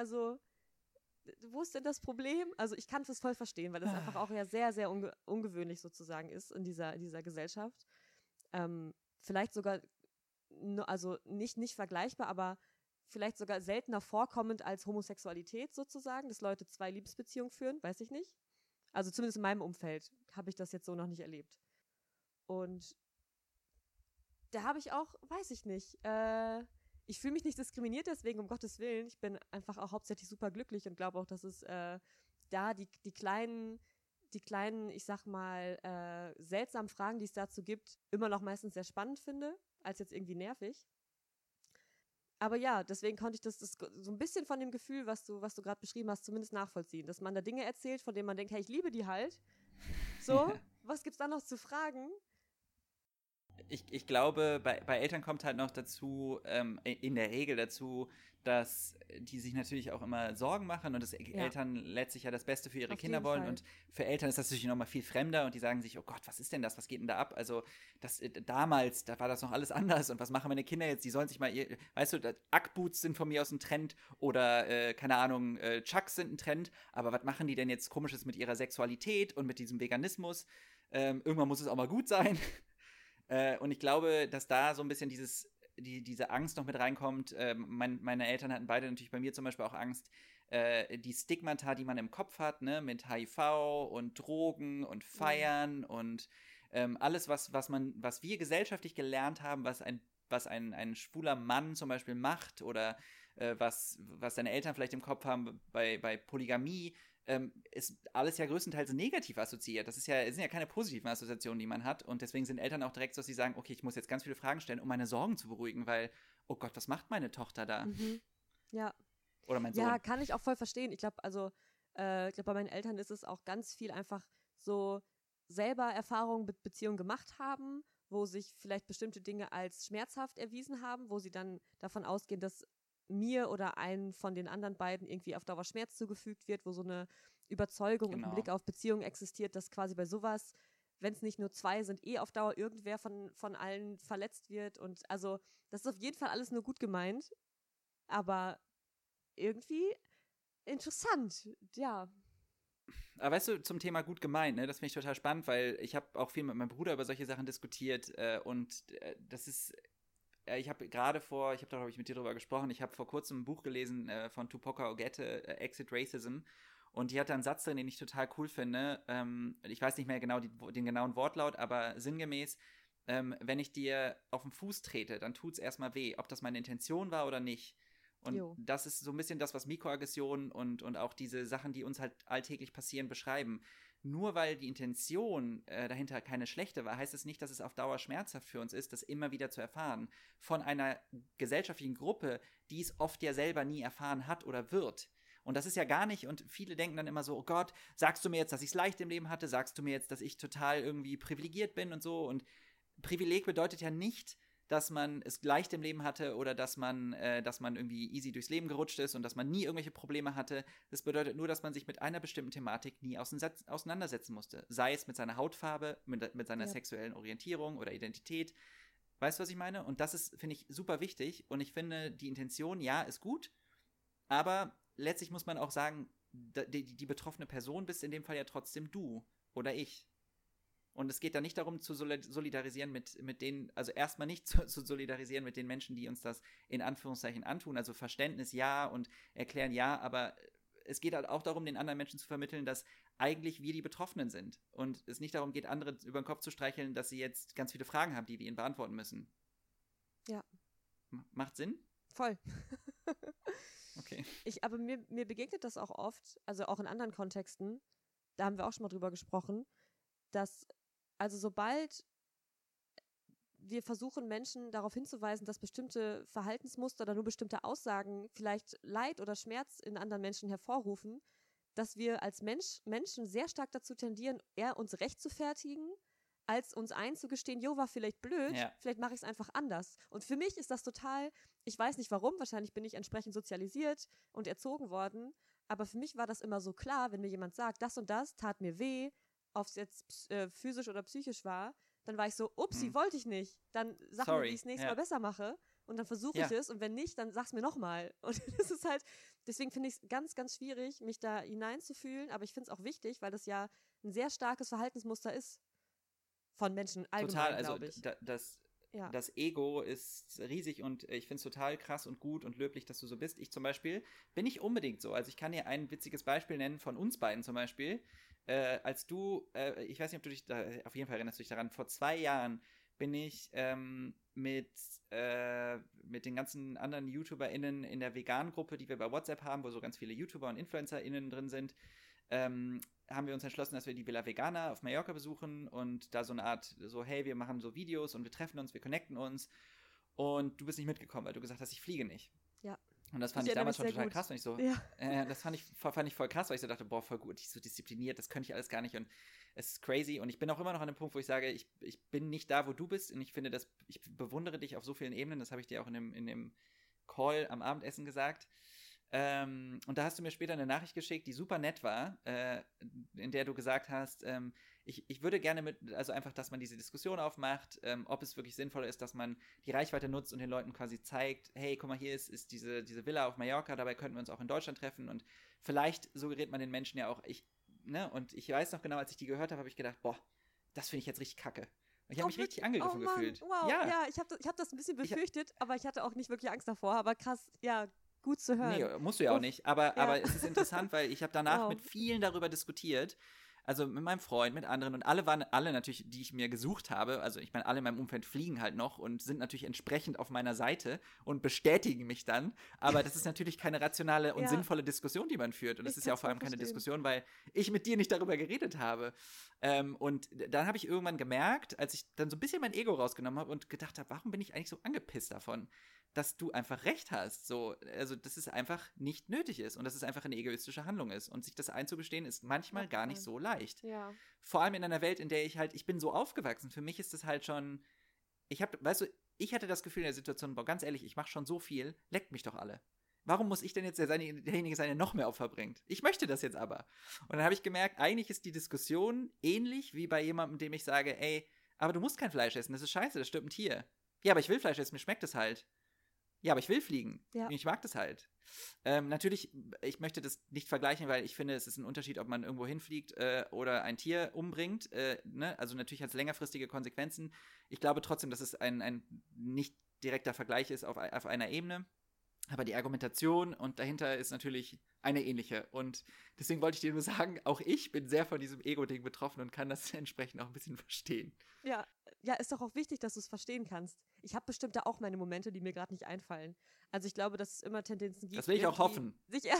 das Problem? Also ich kann das voll verstehen, weil das einfach auch ja sehr, sehr ungewöhnlich sozusagen ist in dieser Gesellschaft. Vielleicht sogar, also nicht vergleichbar, aber vielleicht sogar seltener vorkommend als Homosexualität sozusagen, dass Leute 2 Liebesbeziehungen führen, weiß ich nicht. Also zumindest in meinem Umfeld habe ich das jetzt so noch nicht erlebt. Und da habe ich auch, weiß ich nicht, ich fühle mich nicht diskriminiert deswegen, um Gottes Willen. Ich bin einfach auch hauptsächlich super glücklich und glaube auch, dass es da die kleinen, ich sag mal, seltsamen Fragen, die es dazu gibt, immer noch meistens sehr spannend finde, als jetzt irgendwie nervig. Aber ja, deswegen konnte ich das so ein bisschen von dem Gefühl, was du gerade beschrieben hast, zumindest nachvollziehen. Dass man da Dinge erzählt, von denen man denkt, hey, ich liebe die halt. So, was gibt's da noch zu fragen? Ich glaube, bei Eltern kommt halt noch dazu, in der Regel dazu, dass die sich natürlich auch immer Sorgen machen und Eltern letztlich ja das Beste für ihre Kinder wollen. Fall. Und für Eltern ist das natürlich nochmal viel fremder und die sagen sich, oh Gott, was ist denn das? Was geht denn da ab? Also damals, da war das noch alles anders und was machen meine Kinder jetzt? Die sollen sich mal, weißt du, Ackboots sind von mir aus ein Trend oder, keine Ahnung, Chucks sind ein Trend, aber was machen die denn jetzt Komisches mit ihrer Sexualität und mit diesem Veganismus? Irgendwann muss es auch mal gut sein. Und ich glaube, dass da so ein bisschen diese Angst noch mit reinkommt. Meine Eltern hatten beide natürlich bei mir zum Beispiel auch Angst, die Stigmata, die man im Kopf hat, ne, mit HIV und Drogen und Feiern und alles, was wir gesellschaftlich gelernt haben, was ein schwuler Mann zum Beispiel macht oder was seine Eltern vielleicht im Kopf haben bei Polygamie, ist alles ja größtenteils negativ assoziiert. Es sind ja keine positiven Assoziationen, die man hat. Und deswegen sind Eltern auch direkt so, dass sie sagen, okay, ich muss jetzt ganz viele Fragen stellen, um meine Sorgen zu beruhigen, weil, oh Gott, was macht meine Tochter da? Mhm. Ja. Oder mein Sohn. Ja, kann ich auch voll verstehen. Ich glaube, bei meinen Eltern ist es auch ganz viel einfach so selber Erfahrungen mit Beziehungen gemacht haben, wo sich vielleicht bestimmte Dinge als schmerzhaft erwiesen haben, wo sie dann davon ausgehen, dass mir oder einem von den anderen beiden irgendwie auf Dauer Schmerz zugefügt wird, wo so eine Überzeugung und ein Blick auf Beziehungen existiert, dass quasi bei sowas, wenn es nicht nur 2 sind, auf Dauer irgendwer von allen verletzt wird. Und also, das ist auf jeden Fall alles nur gut gemeint, aber irgendwie interessant, ja. Aber weißt du, zum Thema gut gemeint, ne, das finde ich total spannend, weil ich habe auch viel mit meinem Bruder über solche Sachen diskutiert und das ist ich habe glaube ich mit dir drüber gesprochen, ich habe vor kurzem ein Buch gelesen von Tupoka Ogette, Exit Racism, und die hat da einen Satz drin, den ich total cool finde. Ich weiß nicht mehr genau den genauen Wortlaut, aber sinngemäß, wenn ich dir auf den Fuß trete, dann tut's erstmal weh, ob das meine Intention war oder nicht. Und das ist so ein bisschen das, was Mikroaggressionen und auch diese Sachen, die uns halt alltäglich passieren, beschreiben. Nur weil die Intention dahinter keine schlechte war, heißt es nicht, dass es auf Dauer schmerzhaft für uns ist, das immer wieder zu erfahren. Von einer gesellschaftlichen Gruppe, die es oft ja selber nie erfahren hat oder wird. Und das ist ja gar nicht, und viele denken dann immer so, oh Gott, sagst du mir jetzt, dass ich es leicht im Leben hatte? Sagst du mir jetzt, dass ich total irgendwie privilegiert bin und so? Und Privileg bedeutet ja nicht, dass man es leicht im Leben hatte oder dass man irgendwie easy durchs Leben gerutscht ist und dass man nie irgendwelche Probleme hatte. Das bedeutet nur, dass man sich mit einer bestimmten Thematik nie auseinandersetzen musste. Sei es mit seiner Hautfarbe, mit seiner sexuellen Orientierung oder Identität. Weißt du, was ich meine? Und das ist, finde ich, super wichtig. Und ich finde, die Intention, ja, ist gut. Aber letztlich muss man auch sagen, die betroffene Person bist in dem Fall ja trotzdem du oder ich. Und es geht da nicht darum, zu solidarisieren mit denen, also erstmal nicht zu solidarisieren mit den Menschen, die uns das in Anführungszeichen antun. Also Verständnis ja und erklären ja, aber es geht halt auch darum, den anderen Menschen zu vermitteln, dass eigentlich wir die Betroffenen sind. Und es nicht darum geht, andere über den Kopf zu streicheln, dass sie jetzt ganz viele Fragen haben, die wir ihnen beantworten müssen. Ja. Macht Sinn? Voll. Okay. Aber mir begegnet das auch oft, also auch in anderen Kontexten, da haben wir auch schon mal drüber gesprochen, dass also sobald wir versuchen, Menschen darauf hinzuweisen, dass bestimmte Verhaltensmuster oder nur bestimmte Aussagen vielleicht Leid oder Schmerz in anderen Menschen hervorrufen, dass wir als Menschen sehr stark dazu tendieren, eher uns recht zu fertigen, als uns einzugestehen, jo, war vielleicht blöd, vielleicht mache ich es einfach anders. Und für mich ist das total, ich weiß nicht warum, wahrscheinlich bin ich entsprechend sozialisiert und erzogen worden, aber für mich war das immer so klar, wenn mir jemand sagt, das und das tat mir weh, ob es jetzt physisch oder psychisch war, dann war ich so, upsi, wollte ich nicht. Dann sag mir, wie ich es nächstes Mal besser mache. Und dann versuche ich es. Und wenn nicht, dann sag's mir nochmal. Und das ist halt, deswegen finde ich es ganz, ganz schwierig, mich da hineinzufühlen. Aber ich finde es auch wichtig, weil das ja ein sehr starkes Verhaltensmuster ist von Menschen allgemein, glaube ich. Total, also Ja. das Ego ist riesig und ich finde es total krass und gut und löblich, dass du so bist. Ich zum Beispiel bin nicht unbedingt so. Also ich kann dir ein witziges Beispiel nennen von uns beiden zum Beispiel. Als du, ich weiß nicht, ob du dich da, auf jeden Fall erinnerst du dich daran, vor 2 Jahren bin ich mit den ganzen anderen YouTuberInnen in der Vegan-Gruppe, die wir bei WhatsApp haben, wo so ganz viele YouTuber und InfluencerInnen drin sind, haben wir uns entschlossen, dass wir die Villa Vegana auf Mallorca besuchen und da so eine Art, so hey, wir machen so Videos und wir treffen uns, wir connecten uns und du bist nicht mitgekommen, weil du gesagt hast, ich fliege nicht. Ja. Und das fand ich damals schon total krass und ich so, das fand ich voll krass, weil ich so dachte, boah, voll gut, ich bin so diszipliniert, das könnte ich alles gar nicht und es ist crazy und ich bin auch immer noch an dem Punkt, wo ich sage, ich bin nicht da, wo du bist und ich finde, ich bewundere dich auf so vielen Ebenen, das habe ich dir auch in dem Call am Abendessen gesagt. Und da hast du mir später eine Nachricht geschickt, die super nett war, in der du gesagt hast, ich würde gerne also einfach, dass man diese Diskussion aufmacht, ob es wirklich sinnvoll ist, dass man die Reichweite nutzt und den Leuten quasi zeigt, hey, guck mal, hier ist diese Villa auf Mallorca, dabei könnten wir uns auch in Deutschland treffen und vielleicht suggeriert man den Menschen ja auch, und ich weiß noch genau, als ich die gehört habe, habe ich gedacht, boah, das finde ich jetzt richtig kacke. Und ich habe mich richtig angegriffen gefühlt. Wow, ja, ich hab das ein bisschen befürchtet, aber ich hatte auch nicht wirklich Angst davor, aber krass, ja, gut zu hören. Nee, musst du ja auch nicht. Aber es ist interessant, weil ich habe danach mit vielen darüber diskutiert. Also mit meinem Freund, mit anderen und alle natürlich, die ich mir gesucht habe, also ich meine, alle in meinem Umfeld fliegen halt noch und sind natürlich entsprechend auf meiner Seite und bestätigen mich dann. Aber das ist natürlich keine rationale und sinnvolle Diskussion, die man führt. Und es ist ja auch vor allem keine Diskussion, weil ich mit dir nicht darüber geredet habe. Und dann habe ich irgendwann gemerkt, als ich dann so ein bisschen mein Ego rausgenommen habe und gedacht habe, warum bin ich eigentlich so angepisst davon, dass du einfach recht hast. So, also, dass es einfach nicht nötig ist und dass es einfach eine egoistische Handlung ist. Und sich das einzugestehen, ist manchmal gar nicht so leicht. Ja. Vor allem in einer Welt, in der ich bin so aufgewachsen. Für mich ist das halt schon, ich hatte das Gefühl in der Situation, boah, ganz ehrlich, ich mache schon so viel, leckt mich doch alle. Warum muss ich denn jetzt derjenige sein, der noch mehr Opfer bringt? Ich möchte das jetzt aber. Und dann habe ich gemerkt, eigentlich ist die Diskussion ähnlich wie bei jemandem, dem ich sage, ey, aber du musst kein Fleisch essen, das ist scheiße, das stirbt ein Tier. Ja, aber ich will Fleisch essen, mir schmeckt es halt. Ja, aber ich will fliegen. Ja. Ich mag das halt. Natürlich, ich möchte das nicht vergleichen, weil ich finde, es ist ein Unterschied, ob man irgendwo hinfliegt oder ein Tier umbringt. Ne? Also natürlich hat es längerfristige Konsequenzen. Ich glaube trotzdem, dass es ein nicht direkter Vergleich ist auf einer Ebene. Aber die Argumentation und dahinter ist natürlich eine ähnliche. Und deswegen wollte ich dir nur sagen, auch ich bin sehr von diesem Ego-Ding betroffen und kann das entsprechend auch ein bisschen verstehen. Ja, ist doch auch wichtig, dass du es verstehen kannst. Ich habe bestimmt da auch meine Momente, die mir gerade nicht einfallen. Also ich glaube, dass es immer Tendenzen gibt. Das will ich auch hoffen.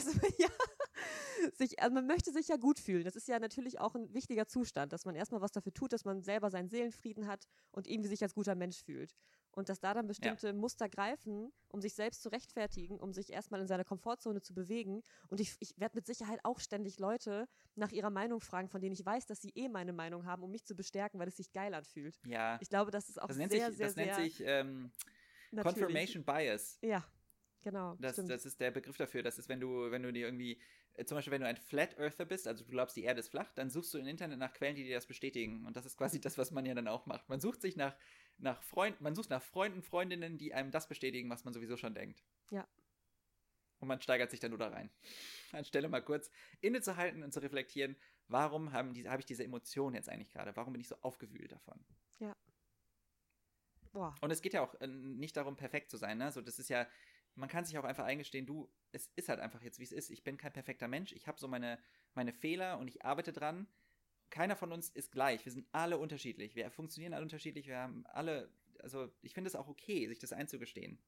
Man möchte sich ja gut fühlen. Das ist ja natürlich auch ein wichtiger Zustand, dass man erstmal was dafür tut, dass man selber seinen Seelenfrieden hat und irgendwie sich als guter Mensch fühlt. Und dass da dann bestimmte Muster greifen, um sich selbst zu rechtfertigen, um sich erstmal in seiner Komfortzone zu bewegen. Und ich werde mit Sicherheit auch ständig Leute nach ihrer Meinung fragen, von denen ich weiß, dass sie meine Meinung haben, um mich zu bestärken, weil es sich geil anfühlt. Ja. Ich glaube, das ist auch das nennt sich Confirmation Bias. Ja, genau. Das ist der Begriff dafür. Das ist, wenn du dir irgendwie, zum Beispiel, wenn du ein Flat Earther bist, also du glaubst, die Erde ist flach, dann suchst du im Internet nach Quellen, die dir das bestätigen. Und das ist quasi das, was man ja dann auch macht. Man sucht sich nach Freunden, Freundinnen, die einem das bestätigen, was man sowieso schon denkt. Ja. Und man steigert sich dann nur da rein. Anstelle mal kurz innezuhalten und zu reflektieren, warum habe ich diese Emotion jetzt eigentlich gerade? Warum bin ich so aufgewühlt davon? Ja. Boah. Und es geht ja auch nicht darum, perfekt zu sein, ne? So, das ist ja, man kann sich auch einfach eingestehen, es ist halt einfach jetzt, wie es ist. Ich bin kein perfekter Mensch. Ich habe so meine Fehler und ich arbeite dran. Keiner von uns ist gleich. Wir sind alle unterschiedlich. Wir funktionieren alle unterschiedlich. Wir haben alle, also ich finde es auch okay, sich das einzugestehen.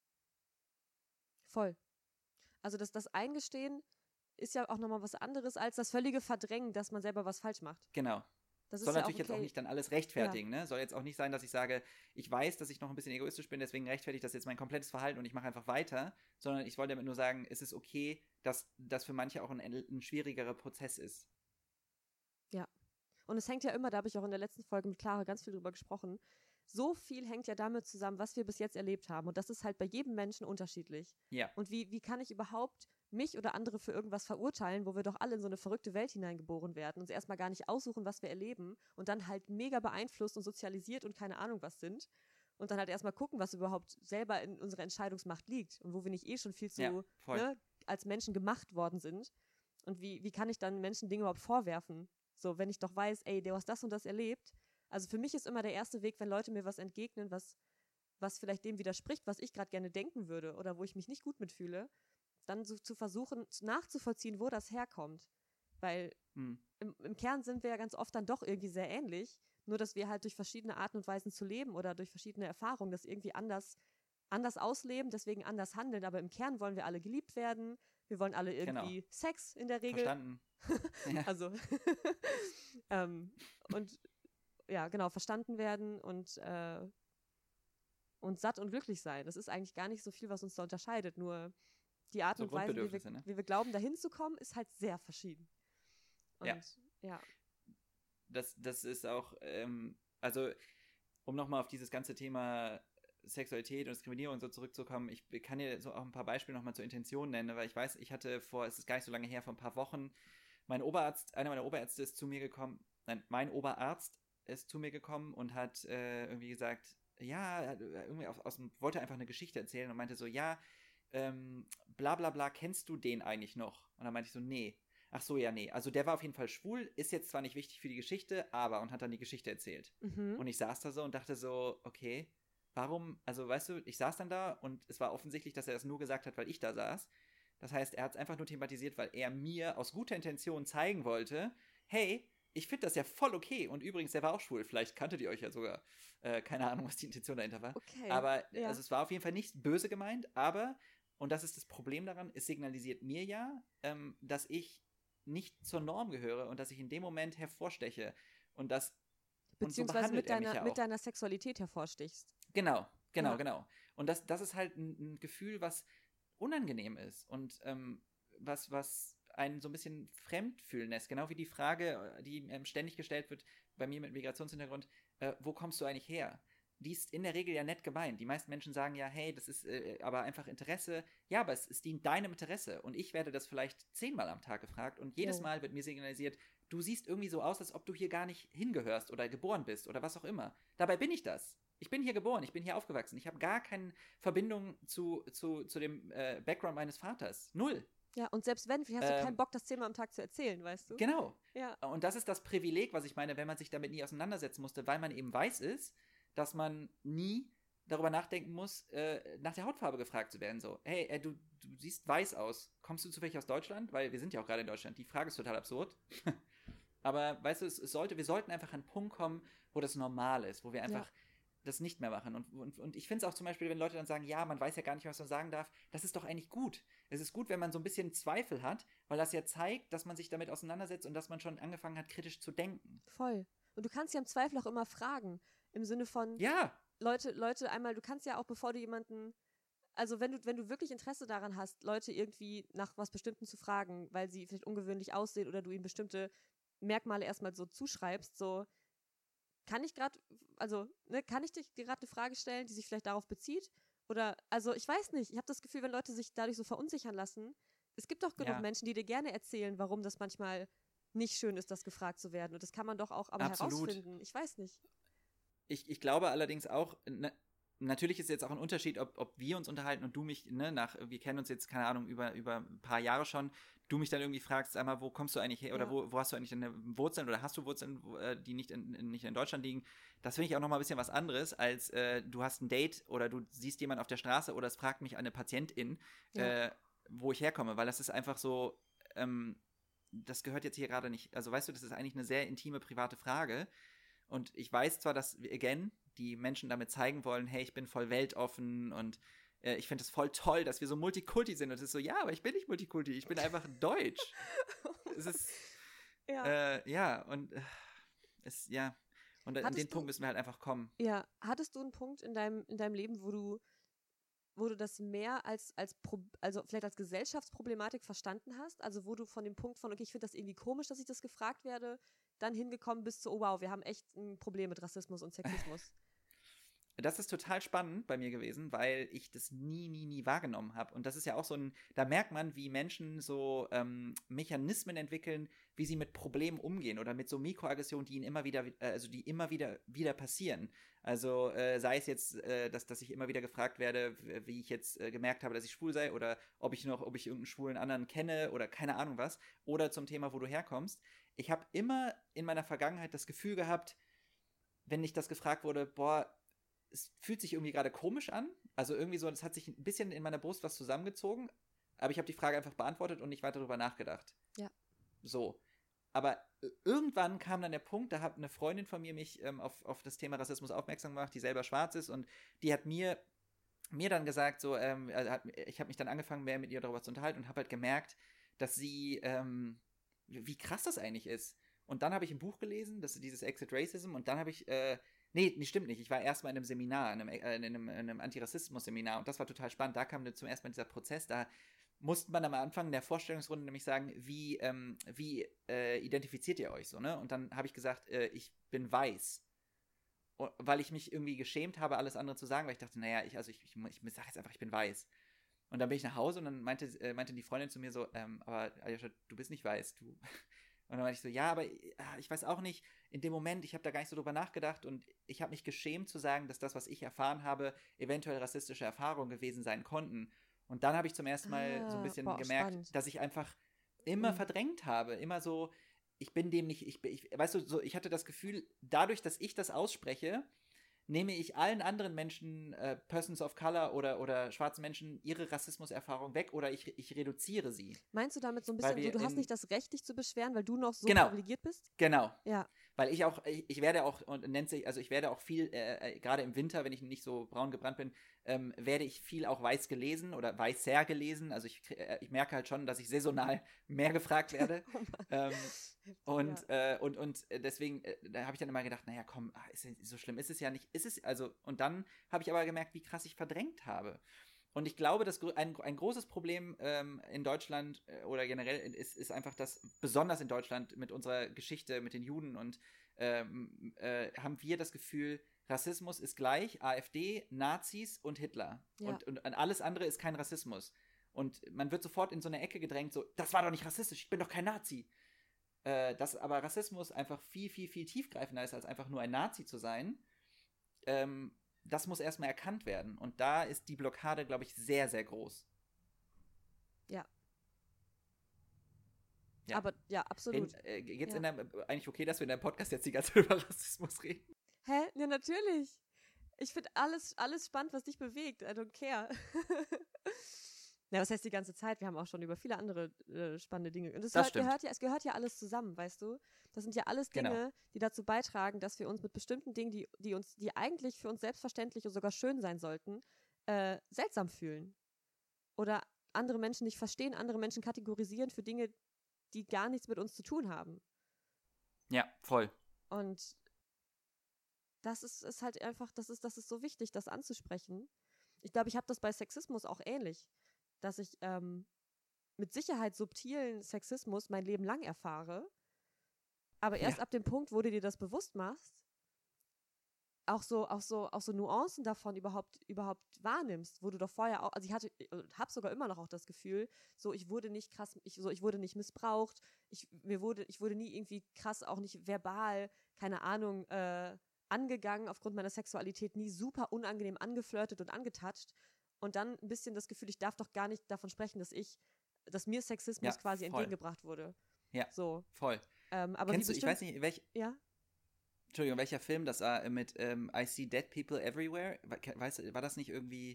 Voll. Also das Eingestehen ist ja auch nochmal was anderes als das völlige Verdrängen, dass man selber was falsch macht. Genau. Das soll natürlich jetzt auch nicht dann alles rechtfertigen, ne? Soll jetzt auch nicht sein, dass ich sage, ich weiß, dass ich noch ein bisschen egoistisch bin, deswegen rechtfertigt das jetzt mein komplettes Verhalten und ich mache einfach weiter, sondern ich wollte damit nur sagen, es ist okay, dass das für manche auch ein schwierigerer Prozess ist. Ja. Und es hängt ja immer, da habe ich auch in der letzten Folge mit Clara ganz viel drüber gesprochen, so viel hängt ja damit zusammen, was wir bis jetzt erlebt haben. Und das ist halt bei jedem Menschen unterschiedlich. Ja. Und wie kann ich überhaupt mich oder andere für irgendwas verurteilen, wo wir doch alle in so eine verrückte Welt hineingeboren werden, uns erstmal gar nicht aussuchen, was wir erleben und dann halt mega beeinflusst und sozialisiert und keine Ahnung was sind. Und dann halt erstmal gucken, was überhaupt selber in unserer Entscheidungsmacht liegt und wo wir nicht schon viel zu als Menschen gemacht worden sind. Und wie kann ich dann Menschen Dinge überhaupt vorwerfen? So, wenn ich doch weiß, ey, du hast das und das erlebt. Also für mich ist immer der erste Weg, wenn Leute mir was entgegnen, was was vielleicht dem widerspricht, was ich gerade gerne denken würde oder wo ich mich nicht gut mitfühle, dann so zu versuchen, nachzuvollziehen, wo das herkommt. Weil im Kern sind wir ja ganz oft dann doch irgendwie sehr ähnlich, nur dass wir halt durch verschiedene Arten und Weisen zu leben oder durch verschiedene Erfahrungen das irgendwie anders ausleben, deswegen anders handeln, aber im Kern wollen wir alle geliebt werden, wir wollen alle irgendwie Sex in der Regel. Verstanden. Ja. Also und ja, genau, verstanden werden und satt und glücklich sein. Das ist eigentlich gar nicht so viel, was uns da unterscheidet, nur die Art So und Weise, Grundbedürfnisse, wie wir glauben, dahin zu kommen, ist halt sehr verschieden. Und ja. Das ist auch, also um nochmal auf dieses ganze Thema Sexualität und Diskriminierung so zurückzukommen, ich kann dir so auch ein paar Beispiele nochmal zur Intention nennen, weil ich weiß, es ist gar nicht so lange her, vor ein paar Wochen, einer meiner Oberärzte ist zu mir gekommen, mein Oberarzt ist zu mir gekommen und hat irgendwie gesagt, ja, irgendwie wollte einfach eine Geschichte erzählen und meinte so, ja, bla bla bla, kennst du den eigentlich noch? Und dann meinte ich so, nee. Ach so, ja, nee. Also der war auf jeden Fall schwul, ist jetzt zwar nicht wichtig für die Geschichte, aber, und hat dann die Geschichte erzählt. Und ich saß da so und dachte so, okay, warum, also weißt du, ich saß dann da und es war offensichtlich, dass er das nur gesagt hat, weil ich da saß. Das heißt, er hat es einfach nur thematisiert, weil er mir aus guter Intention zeigen wollte, hey, ich finde das ja voll okay. Und übrigens, der war auch schwul. Vielleicht kanntet ihr euch ja sogar. Keine Ahnung, was die Intention dahinter war. Okay, aber also es war auf jeden Fall nicht böse gemeint, aber, und das ist das Problem daran, es signalisiert mir ja, dass ich nicht zur Norm gehöre und dass ich in dem Moment hervorsteche. Und das beziehungsweise und so mit deiner Sexualität hervorstichst. Genau. Und das ist halt ein Gefühl, was unangenehm ist und was einen so ein bisschen fremd fühlen lässt. Genau wie die Frage, die ständig gestellt wird bei mir mit Migrationshintergrund, wo kommst du eigentlich her? Die ist in der Regel ja nett gemeint. Die meisten Menschen sagen ja, hey, das ist aber einfach Interesse. Ja, aber es dient deinem Interesse. Und ich werde das vielleicht 10-mal am Tag gefragt und jedes Mal wird mir signalisiert, du siehst irgendwie so aus, als ob du hier gar nicht hingehörst oder geboren bist oder was auch immer. Dabei bin ich das. Ich bin hier geboren, ich bin hier aufgewachsen. Ich habe gar keine Verbindung zu dem Background meines Vaters. Null. Ja, und selbst wenn, vielleicht hast du keinen Bock, das 10-mal am Tag zu erzählen, weißt du? Genau. Ja. Und das ist das Privileg, was ich meine, wenn man sich damit nie auseinandersetzen musste, weil man eben weiß ist, dass man nie darüber nachdenken muss, nach der Hautfarbe gefragt zu werden. So, hey, du siehst weiß aus. Kommst du zufällig aus Deutschland? Weil wir sind ja auch gerade in Deutschland. Die Frage ist total absurd. Aber weißt du, wir sollten einfach an einen Punkt kommen, wo das normal ist, wo wir einfach das nicht mehr machen. Und ich finde es auch zum Beispiel, wenn Leute dann sagen, ja, man weiß ja gar nicht, was man sagen darf, das ist doch eigentlich gut. Es ist gut, wenn man so ein bisschen Zweifel hat, weil das ja zeigt, dass man sich damit auseinandersetzt und dass man schon angefangen hat, kritisch zu denken. Voll. Und du kannst ja im Zweifel auch immer fragen. Im Sinne von, Leute, einmal, du kannst ja auch, bevor du jemanden, also wenn du wirklich Interesse daran hast, Leute irgendwie nach was Bestimmten zu fragen, weil sie vielleicht ungewöhnlich aussehen oder du ihnen bestimmte Merkmale erstmal so zuschreibst, so, kann ich dir gerade eine Frage stellen, die sich vielleicht darauf bezieht? Oder, also ich weiß nicht, ich habe das Gefühl, wenn Leute sich dadurch so verunsichern lassen, es gibt doch genug Menschen, die dir gerne erzählen, warum das manchmal nicht schön ist, das gefragt zu werden. Und das kann man doch auch aber herausfinden. Ich weiß nicht. Ich glaube allerdings auch, natürlich ist jetzt auch ein Unterschied, ob wir uns unterhalten und du mich, wir kennen uns jetzt, keine Ahnung, über ein paar Jahre schon, du mich dann irgendwie fragst, einmal, wo kommst du eigentlich her oder wo hast du eigentlich deine Wurzeln oder hast du Wurzeln, die nicht in Deutschland liegen? Das finde ich auch nochmal ein bisschen was anderes, als du hast ein Date oder du siehst jemanden auf der Straße oder es fragt mich eine Patientin, wo ich herkomme, weil das ist einfach so, das gehört jetzt hier gerade nicht, also weißt du, das ist eigentlich eine sehr intime, private Frage. Und ich weiß zwar, dass, again, die Menschen damit zeigen wollen, hey, ich bin voll weltoffen und ich finde es voll toll, dass wir so Multikulti sind. Und es ist so, ja, aber ich bin nicht Multikulti, ich bin einfach deutsch. Es ist, und an den Punkt müssen wir halt einfach kommen. Ja, hattest du einen Punkt in deinem Leben, wo du das mehr also vielleicht als Gesellschaftsproblematik verstanden hast? Also wo du von dem Punkt von, okay, ich finde das irgendwie komisch, dass ich das gefragt werde, dann hingekommen bist zu, oh wow, wir haben echt ein Problem mit Rassismus und Sexismus. Das ist total spannend bei mir gewesen, weil ich das nie wahrgenommen habe. Und das ist ja auch da merkt man, wie Menschen so Mechanismen entwickeln, wie sie mit Problemen umgehen oder mit so Mikroaggressionen, die ihnen immer wieder passieren. Also sei es jetzt, dass ich immer wieder gefragt werde, wie ich jetzt gemerkt habe, dass ich schwul sei oder ob ich irgendeinen schwulen anderen kenne oder keine Ahnung was. Oder zum Thema, wo du herkommst. Ich habe immer in meiner Vergangenheit das Gefühl gehabt, wenn ich das gefragt wurde, boah, es fühlt sich irgendwie gerade komisch an. Also irgendwie so, es hat sich ein bisschen in meiner Brust was zusammengezogen. Aber ich habe die Frage einfach beantwortet und nicht weiter darüber nachgedacht. Ja. So. Aber irgendwann kam dann der Punkt, da hat eine Freundin von mir mich auf das Thema Rassismus aufmerksam gemacht, die selber schwarz ist. Und die hat mir dann gesagt, so, ich habe mich dann angefangen, mehr mit ihr darüber zu unterhalten und habe halt gemerkt, dass sie, wie krass das eigentlich ist. Und dann habe ich ein Buch gelesen, das ist dieses Exit Racism, und dann habe ich, nee, stimmt nicht, ich war erstmal in einem Seminar, in einem Antirassismus-Seminar, und das war total spannend. Da kam zum ersten Mal dieser Prozess, da musste man am Anfang in der Vorstellungsrunde nämlich sagen, wie identifiziert ihr euch so, ne? Und dann habe ich gesagt, ich bin weiß. Weil ich mich irgendwie geschämt habe, alles andere zu sagen, weil ich dachte, naja, ich sage jetzt einfach, ich bin weiß. Und dann bin ich nach Hause und dann meinte die Freundin zu mir so, aber Aljoscha, du bist nicht weiß, du. Und dann meinte ich so, ja, aber ich weiß auch nicht, in dem Moment, ich habe da gar nicht so drüber nachgedacht und ich habe mich geschämt zu sagen, dass das, was ich erfahren habe, eventuell rassistische Erfahrungen gewesen sein konnten. Und dann habe ich zum ersten Mal so ein bisschen gemerkt, spannend. dass ich einfach immer verdrängt habe, immer so, ich bin dem nicht, weißt du, so, ich hatte das Gefühl, dadurch, dass ich das ausspreche, nehme ich allen anderen Menschen, Persons of Color oder schwarzen Menschen, ihre Rassismuserfahrung weg oder ich reduziere sie. Meinst du damit so ein bisschen, so, du hast nicht das Recht, dich zu beschweren, weil du noch so privilegiert bist? Genau. Ja. Weil ich werde auch, und ich werde auch viel, gerade im Winter, wenn ich nicht so braun gebrannt bin, werde ich viel auch weiß gelesen oder weißer gelesen. Also ich merke halt schon, dass ich saisonal mehr gefragt werde. Und deswegen, da habe ich dann immer gedacht, naja, komm, so schlimm ist es ja nicht. Und dann habe ich aber gemerkt, wie krass ich verdrängt habe. Und ich glaube, dass ein großes Problem in Deutschland oder generell ist einfach, dass besonders in Deutschland mit unserer Geschichte, mit den Juden und haben wir das Gefühl, Rassismus ist gleich AfD, Nazis und Hitler. Ja. Und alles andere ist kein Rassismus. Und man wird sofort in so eine Ecke gedrängt, so, das war doch nicht rassistisch, ich bin doch kein Nazi. Dass aber Rassismus einfach viel, viel, viel tiefgreifender ist, als einfach nur ein Nazi zu sein. Das muss erstmal erkannt werden. Und da ist die Blockade, glaube ich, sehr, sehr groß. Ja. Aber, ja, absolut. Geht's eigentlich okay, dass wir in deinem Podcast jetzt die ganze Zeit über Rassismus reden? Hä? Ja, natürlich. Ich finde alles spannend, was dich bewegt. I don't care. Ja, was heißt die ganze Zeit? Wir haben auch schon über viele andere spannende Dinge. Und es gehört ja alles zusammen, weißt du? Das sind ja alles Dinge, die dazu beitragen, dass wir uns mit bestimmten Dingen, die eigentlich für uns selbstverständlich und sogar schön sein sollten, seltsam fühlen. Oder andere Menschen nicht verstehen, andere Menschen kategorisieren für Dinge, die gar nichts mit uns zu tun haben. Ja, voll. Und das ist halt einfach, das ist so wichtig, das anzusprechen. Ich glaube, ich habe das bei Sexismus auch ähnlich, dass ich mit Sicherheit subtilen Sexismus mein Leben lang erfahre, aber erst ab dem Punkt, wo du dir das bewusst machst, auch so Nuancen davon überhaupt wahrnimmst, wo du doch vorher auch, also ich habe sogar immer noch auch das Gefühl, so ich wurde nicht krass, ich wurde nicht missbraucht, ich wurde nie irgendwie krass, auch nicht verbal, keine Ahnung, angegangen aufgrund meiner Sexualität, nie super unangenehm angeflirtet und angetatscht und dann ein bisschen das Gefühl, ich darf doch gar nicht davon sprechen, dass mir Sexismus quasi entgegengebracht wurde. Ja, so. Voll. Aber kennst du, ich weiß nicht, Entschuldigung, welcher Film das war mit I See Dead People Everywhere? Weißt du, war das nicht irgendwie...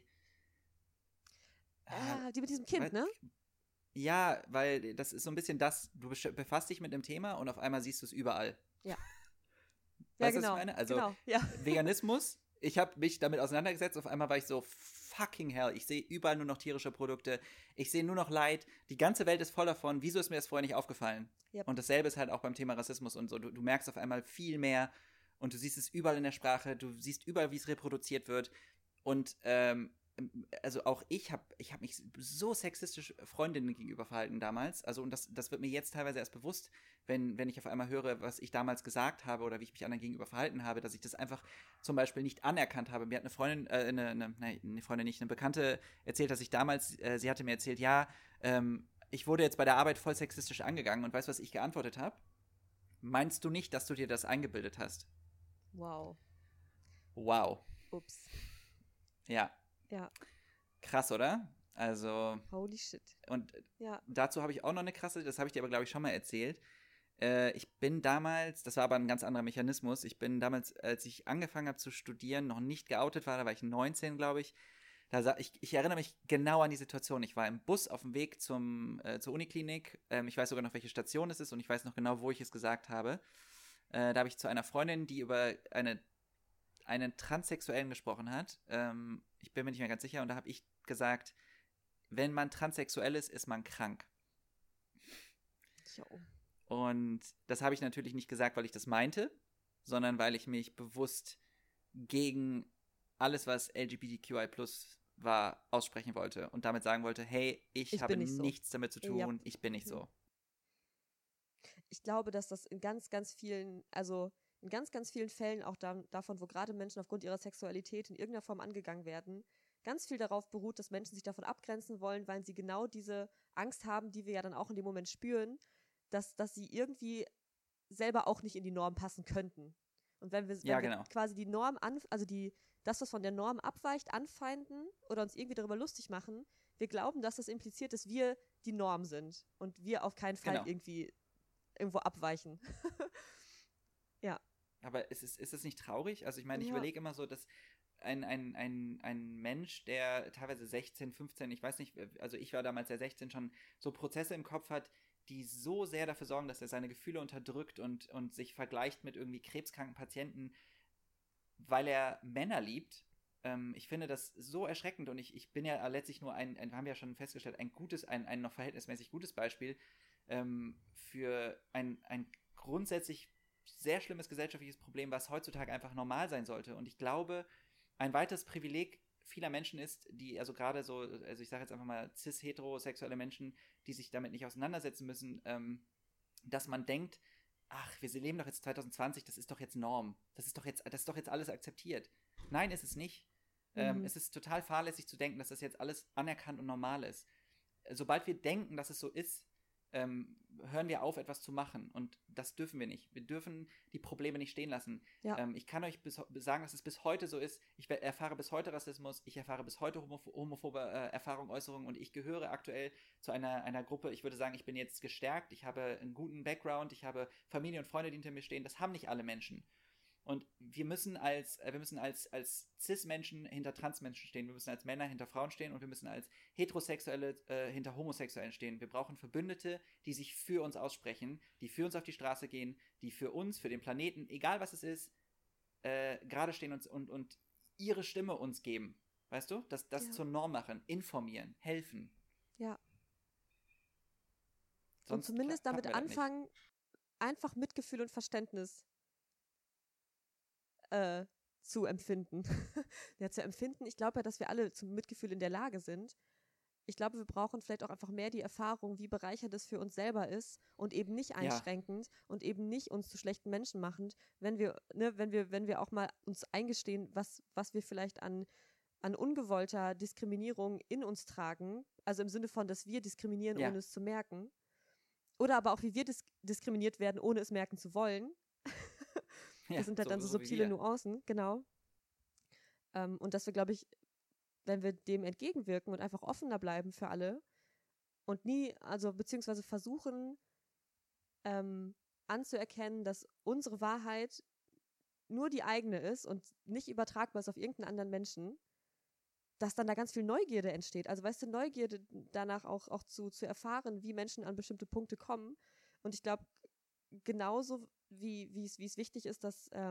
die mit diesem Kind, ne? Ja, weil das ist so ein bisschen das, du befasst dich mit einem Thema und auf einmal siehst du es überall. Ja. Weißt du, was ich meine? Also Veganismus, ich habe mich damit auseinandergesetzt, auf einmal war ich so, fucking hell, ich sehe überall nur noch tierische Produkte, ich sehe nur noch Leid, die ganze Welt ist voll davon, wieso ist mir das vorher nicht aufgefallen? Yep. Und dasselbe ist halt auch beim Thema Rassismus und so, du merkst auf einmal viel mehr und du siehst es überall in der Sprache, du siehst überall, wie es reproduziert wird und also auch ich habe mich so sexistisch Freundinnen gegenüber verhalten damals, also und das wird mir jetzt teilweise erst bewusst, wenn ich auf einmal höre, was ich damals gesagt habe oder wie ich mich anderen gegenüber verhalten habe, dass ich das einfach zum Beispiel nicht anerkannt habe. Mir hat eine Freundin, eine Bekannte erzählt, dass ich damals, sie hatte mir erzählt, ja, ich wurde jetzt bei der Arbeit voll sexistisch angegangen und weißt du, was ich geantwortet habe? Meinst du nicht, dass du dir das eingebildet hast? Wow. Ups. Ja. Krass, oder? Also. Holy shit. Und dazu habe ich auch noch eine krasse, das habe ich dir aber, glaube ich, schon mal erzählt. Ich bin damals, das war aber ein ganz anderer Mechanismus, ich bin damals, als ich angefangen habe zu studieren, noch nicht geoutet war, da war ich 19, glaube ich. Ich erinnere mich genau an die Situation. Ich war im Bus auf dem Weg zur Uniklinik. Ich weiß sogar noch, welche Station es ist und ich weiß noch genau, wo ich es gesagt habe. Da habe ich zu einer Freundin, die über einen Transsexuellen gesprochen hat. Ich bin mir nicht mehr ganz sicher und da habe ich gesagt, wenn man transsexuell ist, ist man krank. Jo. Und das habe ich natürlich nicht gesagt, weil ich das meinte, sondern weil ich mich bewusst gegen alles, was LGBTQI+ war, aussprechen wollte und damit sagen wollte, hey, ich habe nichts damit zu tun, ja. Ich bin nicht so. Ich glaube, dass das in ganz, ganz vielen, also in ganz, ganz vielen Fällen auch davon, wo gerade Menschen aufgrund ihrer Sexualität in irgendeiner Form angegangen werden, ganz viel darauf beruht, dass Menschen sich davon abgrenzen wollen, weil sie genau diese Angst haben, die wir ja dann auch in dem Moment spüren, dass sie irgendwie selber auch nicht in die Norm passen könnten. Und wenn wir quasi die Norm, das, was von der Norm abweicht, anfeinden oder uns irgendwie darüber lustig machen, wir glauben, dass das impliziert, dass wir die Norm sind und wir auf keinen Fall irgendwie irgendwo abweichen. Ja. Aber ist es nicht traurig? Also ich meine, ich überlege immer so, dass ein Mensch, der teilweise 16, 15, ich weiß nicht, also ich war damals ja 16, schon so Prozesse im Kopf hat, die so sehr dafür sorgen, dass er seine Gefühle unterdrückt und sich vergleicht mit irgendwie krebskranken Patienten, weil er Männer liebt. Ich finde das so erschreckend und ich bin ja letztlich nur haben wir ja schon festgestellt, ein noch verhältnismäßig gutes Beispiel für ein grundsätzlich sehr schlimmes gesellschaftliches Problem, was heutzutage einfach normal sein sollte. Und ich glaube, ein weiteres Privileg vieler Menschen ist, die, also gerade so, also ich sage jetzt einfach mal cis-heterosexuelle Menschen, die sich damit nicht auseinandersetzen müssen, dass man denkt, ach, wir leben doch jetzt 2020, das ist doch jetzt Norm. Das ist doch jetzt alles akzeptiert. Nein, ist es nicht. Es ist total fahrlässig zu denken, dass das jetzt alles anerkannt und normal ist. Sobald wir denken, dass es so ist, hören wir auf, etwas zu machen. Und das dürfen wir nicht. Wir dürfen die Probleme nicht stehen lassen. Ja. Ich kann euch sagen, dass es bis heute so ist. Ich erfahre bis heute Rassismus, ich erfahre bis heute homophobe Erfahrungen, Äußerungen und ich gehöre aktuell zu einer Gruppe, ich würde sagen, ich bin jetzt gestärkt, ich habe einen guten Background, ich habe Familie und Freunde, die hinter mir stehen. Das haben nicht alle Menschen. Und wir müssen als Cis-Menschen hinter Trans-Menschen stehen, wir müssen als Männer hinter Frauen stehen und wir müssen als Heterosexuelle hinter Homosexuellen stehen. Wir brauchen Verbündete, die sich für uns aussprechen, die für uns auf die Straße gehen, die für uns, für den Planeten, egal was es ist, gerade stehen und ihre Stimme uns geben. Weißt du? Das zur Norm machen, informieren, helfen. Ja. Sonst und zumindest damit anfangen, einfach Mitgefühl und Verständnis zu empfinden. Zu empfinden. Ich glaube ja, dass wir alle zum Mitgefühl in der Lage sind. Ich glaube, wir brauchen vielleicht auch einfach mehr die Erfahrung, wie bereichernd es für uns selber ist und eben nicht einschränkend und eben nicht uns zu schlechten Menschen machend, wenn wir auch mal uns eingestehen, was wir vielleicht an ungewollter Diskriminierung in uns tragen, also im Sinne von, dass wir diskriminieren, ohne es zu merken. Oder aber auch, wie wir diskriminiert werden, ohne es merken zu wollen. Das sind halt dann so subtile Nuancen, genau. Und dass wir, glaube ich, wenn wir dem entgegenwirken und einfach offener bleiben für alle und beziehungsweise versuchen anzuerkennen, dass unsere Wahrheit nur die eigene ist und nicht übertragbar ist auf irgendeinen anderen Menschen, dass dann da ganz viel Neugierde entsteht. Also weißt du, Neugierde danach auch zu erfahren, wie Menschen an bestimmte Punkte kommen. Und ich glaube, genauso wie es wichtig ist,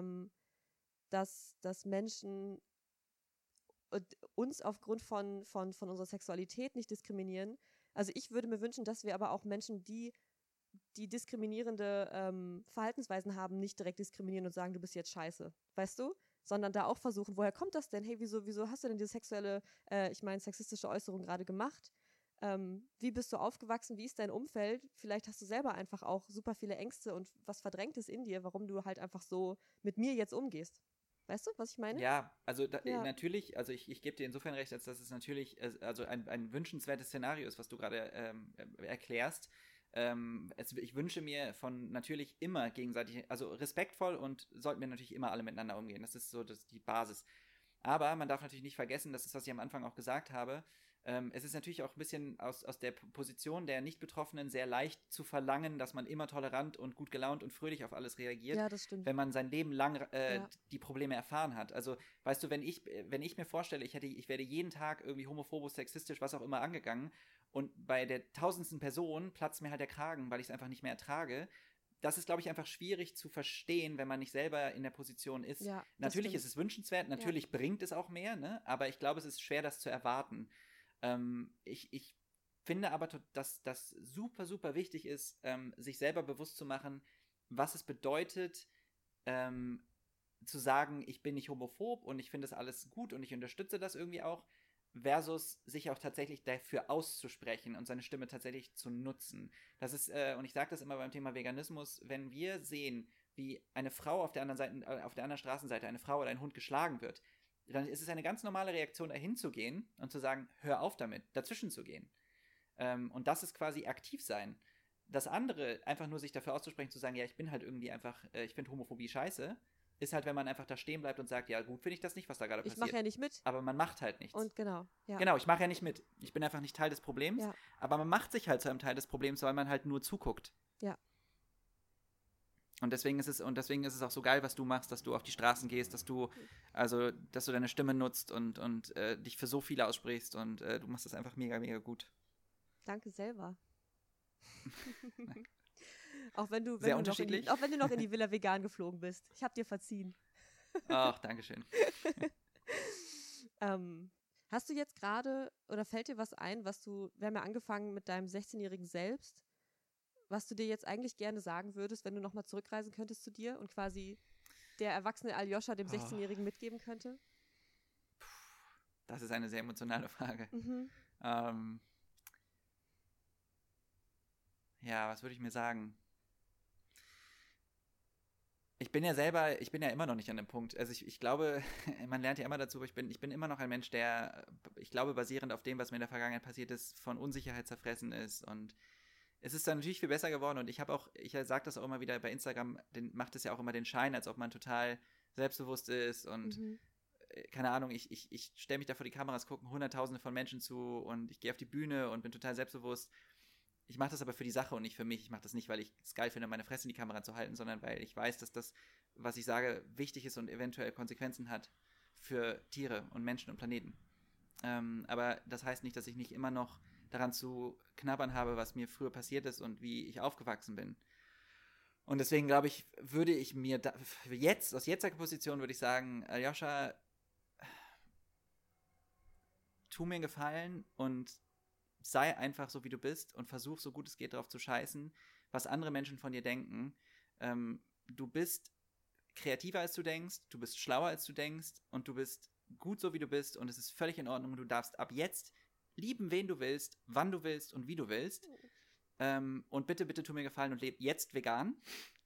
dass Menschen uns aufgrund von unserer Sexualität nicht diskriminieren. Also ich würde mir wünschen, dass wir aber auch Menschen, die diskriminierende Verhaltensweisen haben, nicht direkt diskriminieren und sagen, du bist jetzt scheiße. Weißt du? Sondern da auch versuchen, woher kommt das denn? Hey, wieso hast du denn diese sexistische Äußerung gerade gemacht? Wie bist du aufgewachsen? Wie ist dein Umfeld? Vielleicht hast du selber einfach auch super viele Ängste und was Verdrängtes in dir, warum du halt einfach so mit mir jetzt umgehst. Weißt du, was ich meine? Ja, also natürlich, also ich gebe dir insofern recht, als dass es natürlich also ein wünschenswertes Szenario ist, was du gerade erklärst. Ich wünsche mir von natürlich immer gegenseitig, also respektvoll und sollten wir natürlich immer alle miteinander umgehen. Das ist so die Basis. Aber man darf natürlich nicht vergessen, das ist, was ich am Anfang auch gesagt habe, es ist natürlich auch ein bisschen aus der Position der Nicht-Betroffenen sehr leicht zu verlangen, dass man immer tolerant und gut gelaunt und fröhlich auf alles reagiert, Ja, das stimmt. wenn man sein Leben lang Ja. die Probleme erfahren hat. Also, weißt du, wenn ich mir vorstelle, ich werde jeden Tag irgendwie homophobisch, sexistisch, was auch immer angegangen und bei der tausendsten Person platzt mir halt der Kragen, weil ich es einfach nicht mehr ertrage. Das ist, glaube ich, einfach schwierig zu verstehen, wenn man nicht selber in der Position ist. Ja, das Natürlich stimmt. ist es wünschenswert, natürlich bringt es auch mehr, ne? Aber ich glaube, es ist schwer, das zu erwarten. Ich finde aber, dass das super, super wichtig ist, sich selber bewusst zu machen, was es bedeutet, zu sagen, ich bin nicht homophob und ich finde das alles gut und ich unterstütze das irgendwie auch, versus sich auch tatsächlich dafür auszusprechen und seine Stimme tatsächlich zu nutzen. Das ist, und ich sage das immer beim Thema Veganismus, wenn wir sehen, wie eine Frau auf der anderen Seite, auf der anderen Straßenseite, eine Frau oder ein Hund geschlagen wird, dann ist es eine ganz normale Reaktion, dahin zu gehen und zu sagen, hör auf damit, dazwischen zu gehen. Und das ist quasi aktiv sein. Das andere, einfach nur sich dafür auszusprechen, zu sagen, ja, ich bin halt irgendwie einfach, ich finde Homophobie scheiße, ist halt, wenn man einfach da stehen bleibt und sagt, ja, gut finde ich das nicht, was da gerade passiert. Ich mache ja nicht mit. Aber man macht halt nichts. Und genau, ja. Genau, ich mache ja nicht mit. Ich bin einfach nicht Teil des Problems, Ja. aber man macht sich halt zu einem Teil des Problems, weil man halt nur zuguckt. Ja. Und deswegen ist es auch so geil, was du machst, dass du auf die Straßen gehst, dass du deine Stimme nutzt und dich für so viele aussprichst und du machst das einfach mega, mega gut. Danke selber. Auch wenn du, Sehr unterschiedlich. auch wenn du noch in die Villa Vegan geflogen bist. Ich habe dir verziehen. Ach, Dankeschön. Hast du jetzt gerade, oder fällt dir was ein, wir haben ja angefangen mit deinem 16-jährigen Selbst, was du dir jetzt eigentlich gerne sagen würdest, wenn du nochmal zurückreisen könntest zu dir und quasi der erwachsene Aljoscha dem 16-Jährigen mitgeben könnte? Das ist eine sehr emotionale Frage. Mhm. Ja, was würde ich mir sagen? Ich bin ja immer noch nicht an dem Punkt. Also ich glaube, man lernt ja immer dazu, ich bin immer noch ein Mensch, der, ich glaube, basierend auf dem, was mir in der Vergangenheit passiert ist, von Unsicherheit zerfressen ist. Und es ist dann natürlich viel besser geworden. Und ich sage das auch immer wieder bei Instagram, macht es ja auch immer den Schein, als ob man total selbstbewusst ist und keine Ahnung, ich stelle mich da vor die Kameras, gucken Hunderttausende von Menschen zu und ich gehe auf die Bühne und bin total selbstbewusst. Ich mache das aber für die Sache und nicht für mich. Ich mache das nicht, weil ich es geil finde, meine Fresse in die Kamera zu halten, sondern weil ich weiß, dass das, was ich sage, wichtig ist und eventuell Konsequenzen hat für Tiere und Menschen und Planeten. Aber das heißt nicht, dass ich nicht immer noch daran zu knabbern habe, was mir früher passiert ist und wie ich aufgewachsen bin. Und deswegen glaube ich, würde ich mir aus jetziger Position würde ich sagen, Aljoscha, tu mir einen Gefallen und sei einfach so, wie du bist und versuch, so gut es geht, darauf zu scheißen, was andere Menschen von dir denken. Du bist kreativer, als du denkst, du bist schlauer, als du denkst und du bist gut, so wie du bist und es ist völlig in Ordnung. Du darfst ab jetzt lieben, wen du willst, wann du willst und wie du willst. Und bitte, bitte tu mir Gefallen und leb jetzt vegan.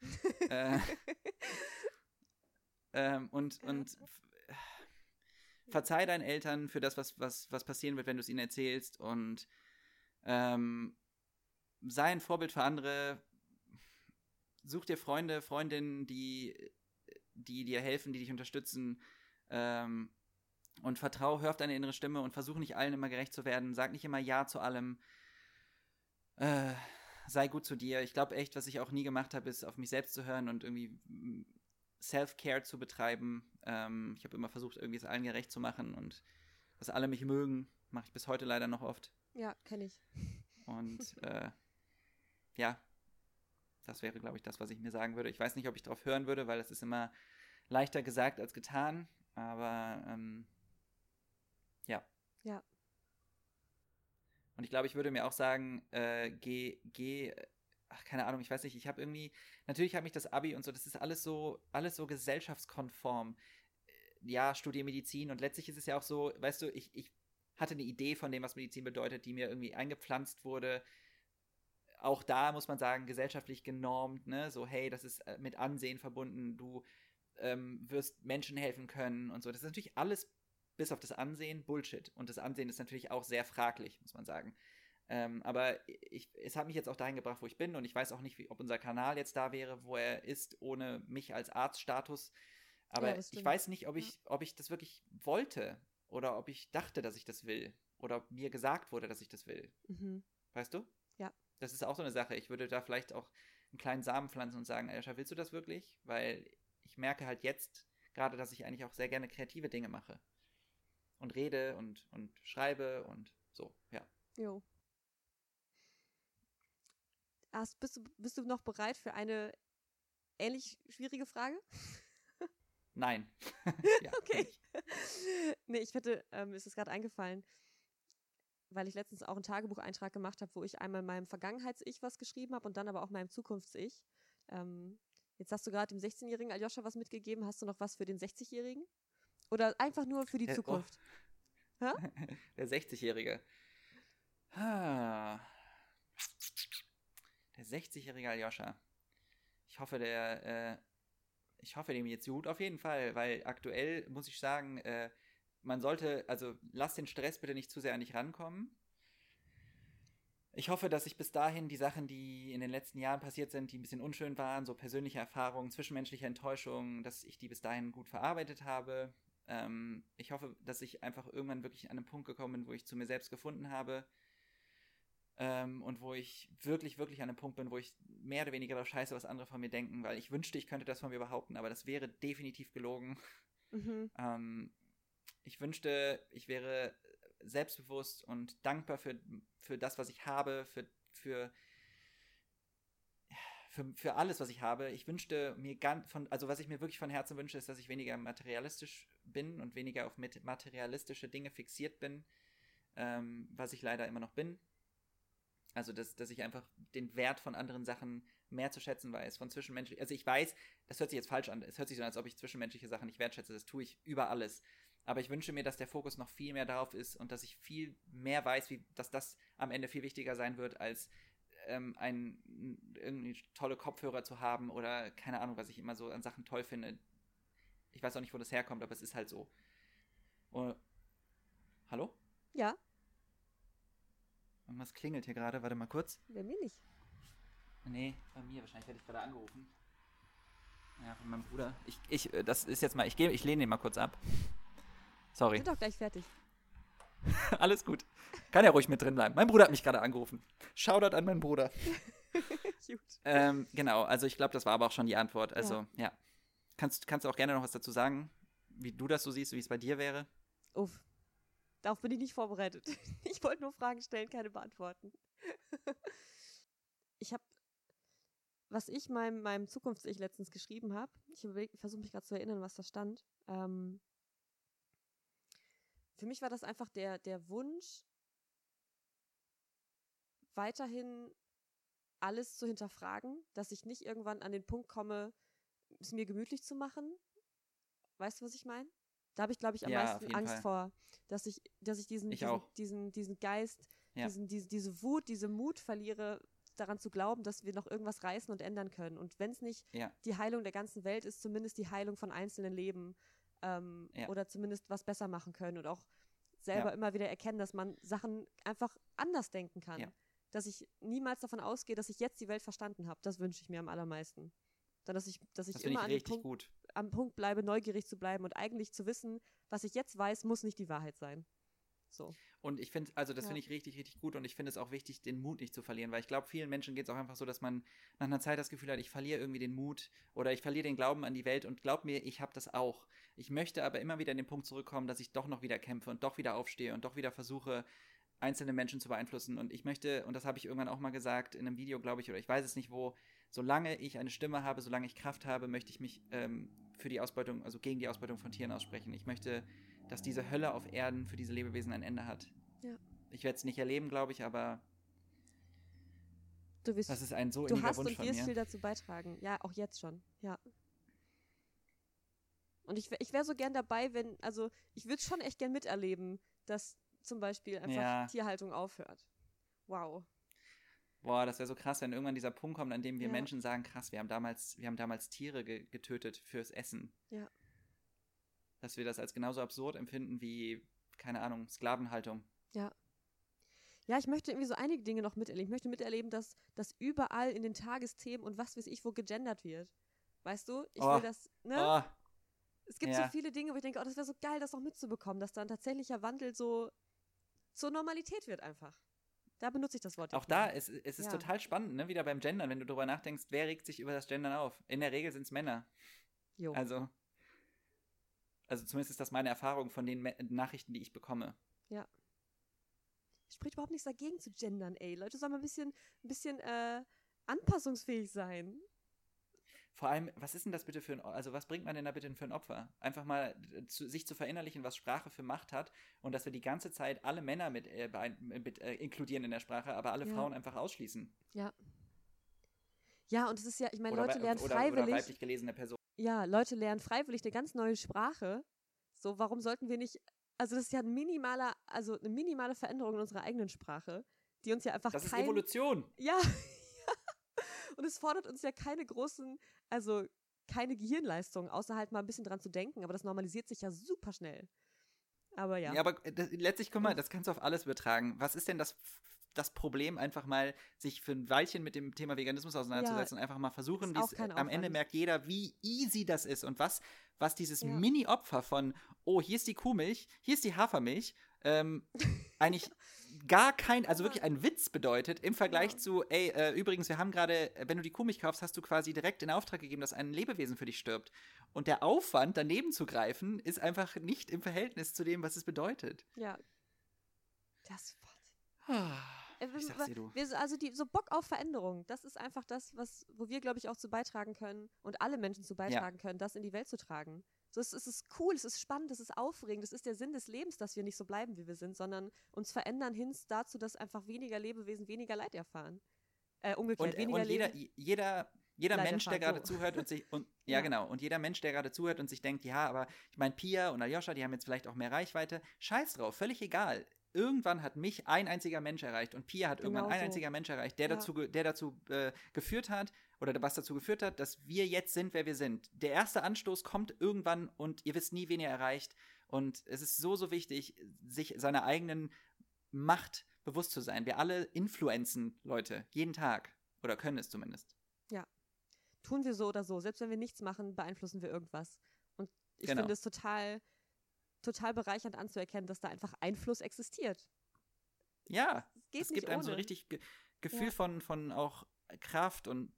Und verzeih deinen Eltern für das, was passieren wird, wenn du es ihnen erzählst und sei ein Vorbild für andere. Such dir Freunde, Freundinnen, die dir helfen, die dich unterstützen und hör auf deine innere Stimme und versuch nicht allen immer gerecht zu werden. Sag nicht immer Ja zu allem. Sei gut zu dir. Ich glaube echt, was ich auch nie gemacht habe, ist auf mich selbst zu hören und irgendwie Self-Care zu betreiben. Ich habe immer versucht, irgendwie es allen gerecht zu machen und dass alle mich mögen. Mache ich bis heute leider noch oft. Ja, kenne ich. Und ja, das wäre, glaube ich, das, was ich mir sagen würde. Ich weiß nicht, ob ich darauf hören würde, weil es ist immer leichter gesagt als getan. Aber ja. Ja. Und ich glaube, ich würde mir auch sagen, keine Ahnung, ich weiß nicht, natürlich habe ich das Abi und so, das ist alles so gesellschaftskonform. Ja, studiere Medizin und letztlich ist es ja auch so, weißt du, ich hatte eine Idee von dem, was Medizin bedeutet, die mir irgendwie eingepflanzt wurde. Auch da muss man sagen, gesellschaftlich genormt, ne, so hey, das ist mit Ansehen verbunden, du wirst Menschen helfen können und so. Das ist natürlich alles bis auf das Ansehen Bullshit. Und das Ansehen ist natürlich auch sehr fraglich, muss man sagen. Aber es hat mich jetzt auch dahin gebracht, wo ich bin und ich weiß auch nicht, ob unser Kanal jetzt da wäre, wo er ist, ohne mich als Arztstatus. Aber ich weiß nicht, ob ich das wirklich wollte oder ob ich dachte, dass ich das will. oder mir gesagt wurde, dass ich das will. Mhm. Weißt du? Ja. Das ist auch so eine Sache. Ich würde da vielleicht auch einen kleinen Samen pflanzen und sagen, Aljoscha, willst du das wirklich? Weil ich merke halt jetzt gerade, dass ich eigentlich auch sehr gerne kreative Dinge mache. Und rede und schreibe und so, ja. Jo. Bist du noch bereit für eine ähnlich schwierige Frage? Nein. Ja, Okay. bin ich. Nee, mir ist es gerade eingefallen, weil ich letztens auch einen Tagebucheintrag gemacht habe, wo ich einmal meinem Vergangenheits-Ich was geschrieben habe und dann aber auch meinem Zukunfts-Ich. Jetzt hast du gerade dem 16-jährigen Aljoscha was mitgegeben. Hast du noch was für den 60-jährigen? Oder einfach nur für die Zukunft? Oh. Der 60-Jährige. Der 60-jährige Aljoscha. Ich hoffe, dem geht's gut auf jeden Fall, weil aktuell muss ich sagen, man sollte, also lass den Stress bitte nicht zu sehr an dich rankommen. Ich hoffe, dass ich bis dahin die Sachen, die in den letzten Jahren passiert sind, die ein bisschen unschön waren, so persönliche Erfahrungen, zwischenmenschliche Enttäuschungen, dass ich die bis dahin gut verarbeitet habe. Ich hoffe, dass ich einfach irgendwann wirklich an einen Punkt gekommen bin, wo ich zu mir selbst gefunden habe. Und wo ich wirklich, wirklich an einem Punkt bin, wo ich mehr oder weniger darauf scheiße, was andere von mir denken, weil ich wünschte, ich könnte das von mir behaupten, aber das wäre definitiv gelogen. Mhm. Ich wünschte, ich wäre selbstbewusst und dankbar für das, was ich habe, für alles, was ich habe. Ich wünschte mir was ich mir wirklich von Herzen wünsche, ist, dass ich weniger materialistisch bin und weniger auf materialistische Dinge fixiert bin, was ich leider immer noch bin. Also, dass ich einfach den Wert von anderen Sachen mehr zu schätzen weiß, von zwischenmenschlichen. Also, ich weiß, das hört sich jetzt falsch an. Es hört sich so an, als ob ich zwischenmenschliche Sachen nicht wertschätze. Das tue ich über alles. Aber ich wünsche mir, dass der Fokus noch viel mehr darauf ist und dass ich viel mehr weiß, dass das am Ende viel wichtiger sein wird, als irgendwie tolle Kopfhörer zu haben oder keine Ahnung, was ich immer so an Sachen toll finde. Ich weiß auch nicht, wo das herkommt, aber es ist halt so. Hallo? Ja. Irgendwas klingelt hier gerade, warte mal kurz. Bei mir nicht. Nee, bei mir. Wahrscheinlich werde ich gerade angerufen. Ja, von meinem Bruder. Das ist jetzt mal, ich lehne den mal kurz ab. Sorry. Wir sind doch gleich fertig. Alles gut. Kann ja ruhig mit drin bleiben. Mein Bruder hat mich gerade angerufen. Shoutout an meinen Bruder. Gut. Genau, also ich glaube, das war aber auch schon die Antwort. Also, ja. Kannst du auch gerne noch was dazu sagen, wie du das so siehst, wie es bei dir wäre? Uff. Darauf bin ich nicht vorbereitet. Ich wollte nur Fragen stellen, keine beantworten. Was ich meinem Zukunfts-Ich letztens geschrieben habe, ich versuche mich gerade zu erinnern, was da stand. Für mich war das einfach der Wunsch, weiterhin alles zu hinterfragen, dass ich nicht irgendwann an den Punkt komme, es mir gemütlich zu machen. Weißt du, was ich meine? Da habe ich, glaube ich, am meisten Angst vor, dass ich diesen Geist, diese Wut, diese Mut verliere, daran zu glauben, dass wir noch irgendwas reißen und ändern können. Und wenn es nicht die Heilung der ganzen Welt ist, zumindest die Heilung von einzelnen Leben oder zumindest was besser machen können und auch selber immer wieder erkennen, dass man Sachen einfach anders denken kann. Ja. Dass ich niemals davon ausgehe, dass ich jetzt die Welt verstanden habe. Das wünsche ich mir am allermeisten. Dann, dass ich immer am Punkt bleibe, neugierig zu bleiben und eigentlich zu wissen, was ich jetzt weiß, muss nicht die Wahrheit sein. So. Und ich finde, das finde ich richtig, richtig gut und ich finde es auch wichtig, den Mut nicht zu verlieren, weil ich glaube, vielen Menschen geht es auch einfach so, dass man nach einer Zeit das Gefühl hat, ich verliere irgendwie den Mut oder ich verliere den Glauben an die Welt und glaub mir, ich habe das auch. Ich möchte aber immer wieder an den Punkt zurückkommen, dass ich doch noch wieder kämpfe und doch wieder aufstehe und doch wieder versuche, einzelne Menschen zu beeinflussen und ich möchte, und das habe ich irgendwann auch mal gesagt in einem Video, glaube ich, oder ich weiß es nicht wo, solange ich eine Stimme habe, solange ich Kraft habe, möchte ich mich für die Ausbeutung, also gegen die Ausbeutung von Tieren aussprechen. Ich möchte, dass diese Hölle auf Erden für diese Lebewesen ein Ende hat. Ja. Ich werde es nicht erleben, glaube ich, aber das ist ein so inniger Wunsch von mir. Du hast und wirst viel dazu beitragen. Ja, auch jetzt schon. Ja. Und ich wäre so gern dabei, ich würde schon echt gern miterleben, dass zum Beispiel einfach Tierhaltung aufhört. Wow. Boah, das wäre so krass, wenn irgendwann dieser Punkt kommt, an dem wir Menschen sagen, krass, wir haben damals Tiere getötet fürs Essen. Ja. Dass wir das als genauso absurd empfinden wie, keine Ahnung, Sklavenhaltung. Ja. Ja, ich möchte irgendwie so einige Dinge noch miterleben. Ich möchte miterleben, dass überall in den Tagesthemen und was weiß ich, wo gegendert wird. Weißt du? Ich will das, ne? Es gibt so viele Dinge, wo ich denke, das wäre so geil, das noch mitzubekommen, dass da ein tatsächlicher Wandel so zur Normalität wird einfach. Da benutze ich das Wort. Auch da, es ist total spannend, ne? Wieder beim Gendern, wenn du drüber nachdenkst, wer regt sich über das Gendern auf? In der Regel sind es Männer. Jo. Also zumindest ist das meine Erfahrung von den Nachrichten, die ich bekomme. Ja. Spricht überhaupt nichts dagegen zu gendern, ey. Leute sollen mal ein bisschen anpassungsfähig sein. Vor allem, was ist denn das bitte was bringt man denn da bitte für ein Opfer? Einfach mal sich zu verinnerlichen, was Sprache für Macht hat und dass wir die ganze Zeit alle Männer mit inkludieren in der Sprache, aber alle Frauen einfach ausschließen. Ja. Ja, und es ist ja, ich meine, Leute lernen freiwillig. Oder weiblich gelesene Person. Ja, Leute lernen freiwillig eine ganz neue Sprache. So, warum sollten wir nicht, also das ist ja eine minimale Veränderung in unserer eigenen Sprache, die uns ja einfach Das ist Evolution. Ja. Und es fordert uns ja keine Gehirnleistung, außer halt mal ein bisschen dran zu denken, aber das normalisiert sich ja super schnell. Aber ja. Ja, aber letztlich, guck mal, das kannst du auf alles übertragen. Was ist denn das Problem, einfach mal sich für ein Weilchen mit dem Thema Veganismus auseinanderzusetzen und einfach mal versuchen, am Ende merkt jeder, wie easy das ist und was dieses Mini-Opfer von, oh, hier ist die Kuhmilch, hier ist die Hafermilch, eigentlich also wirklich ein Witz bedeutet im Vergleich zu, übrigens, wir haben gerade, wenn du die Kuhmilch kaufst, hast du quasi direkt in Auftrag gegeben, dass ein Lebewesen für dich stirbt. Und der Aufwand, daneben zu greifen, ist einfach nicht im Verhältnis zu dem, was es bedeutet. Ja. Das Ich sag's dir, du. So Bock auf Veränderung, das ist einfach das, wo wir, glaube ich, auch zu beitragen können und alle Menschen zu beitragen können, das in die Welt zu tragen. So, es ist cool, es ist spannend, es ist aufregend, es ist der Sinn des Lebens, dass wir nicht so bleiben, wie wir sind, sondern uns verändern hin dazu, dass einfach weniger Lebewesen weniger Leid erfahren. Umgekehrt, weniger und jeder Mensch, der gerade zuhört und sich und jeder Mensch, der gerade zuhört und sich denkt, ja, aber ich meine, Pia und Aljoscha, die haben jetzt vielleicht auch mehr Reichweite, scheiß drauf, völlig egal. Irgendwann hat mich ein einziger Mensch erreicht und Pia hat irgendwann ein einziger Mensch erreicht, der dazu geführt hat, oder was dazu geführt hat, dass wir jetzt sind, wer wir sind. Der erste Anstoß kommt irgendwann und ihr wisst nie, wen ihr erreicht. Und es ist so, so wichtig, sich seiner eigenen Macht bewusst zu sein. Wir alle influenzen Leute, jeden Tag. Oder können es zumindest. Ja. Tun wir so oder so. Selbst wenn wir nichts machen, beeinflussen wir irgendwas. Und ich finde es total bereichernd anzuerkennen, dass da einfach Einfluss existiert. Ja, es gibt einem so ein richtig Gefühl von auch Kraft und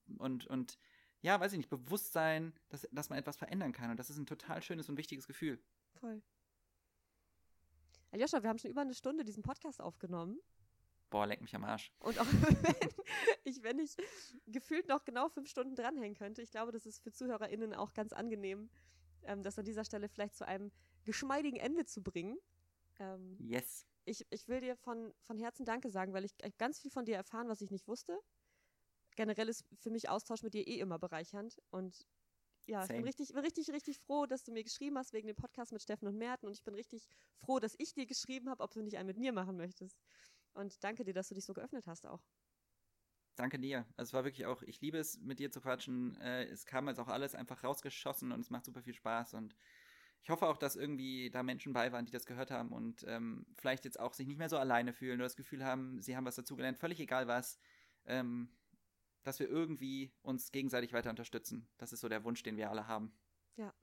ja, weiß ich nicht, Bewusstsein, dass man etwas verändern kann. Und das ist ein total schönes und wichtiges Gefühl. Voll. Aljoscha, wir haben schon über eine Stunde diesen Podcast aufgenommen. Boah, leck mich am Arsch. Und auch wenn ich gefühlt noch genau 5 Stunden dranhängen könnte, ich glaube, das ist für ZuhörerInnen auch ganz angenehm, das an dieser Stelle vielleicht zu einem geschmeidigen Ende zu bringen. Yes. Ich will dir von Herzen Danke sagen, weil ich ganz viel von dir erfahren, was ich nicht wusste. Generell ist für mich Austausch mit dir immer bereichernd. Und ja, Same. Ich bin richtig froh, dass du mir geschrieben hast wegen dem Podcast mit Steffen und Merten. Und ich bin richtig froh, dass ich dir geschrieben habe, ob du nicht einen mit mir machen möchtest. Und danke dir, dass du dich so geöffnet hast auch. Danke dir. Also es war wirklich auch, ich liebe es, mit dir zu quatschen. Es kam jetzt auch alles einfach rausgeschossen und es macht super viel Spaß. Und ich hoffe auch, dass irgendwie da Menschen bei waren, die das gehört haben und vielleicht jetzt auch sich nicht mehr so alleine fühlen oder das Gefühl haben, sie haben was dazugelernt, völlig egal was, dass wir irgendwie uns gegenseitig weiter unterstützen. Das ist so der Wunsch, den wir alle haben. Ja.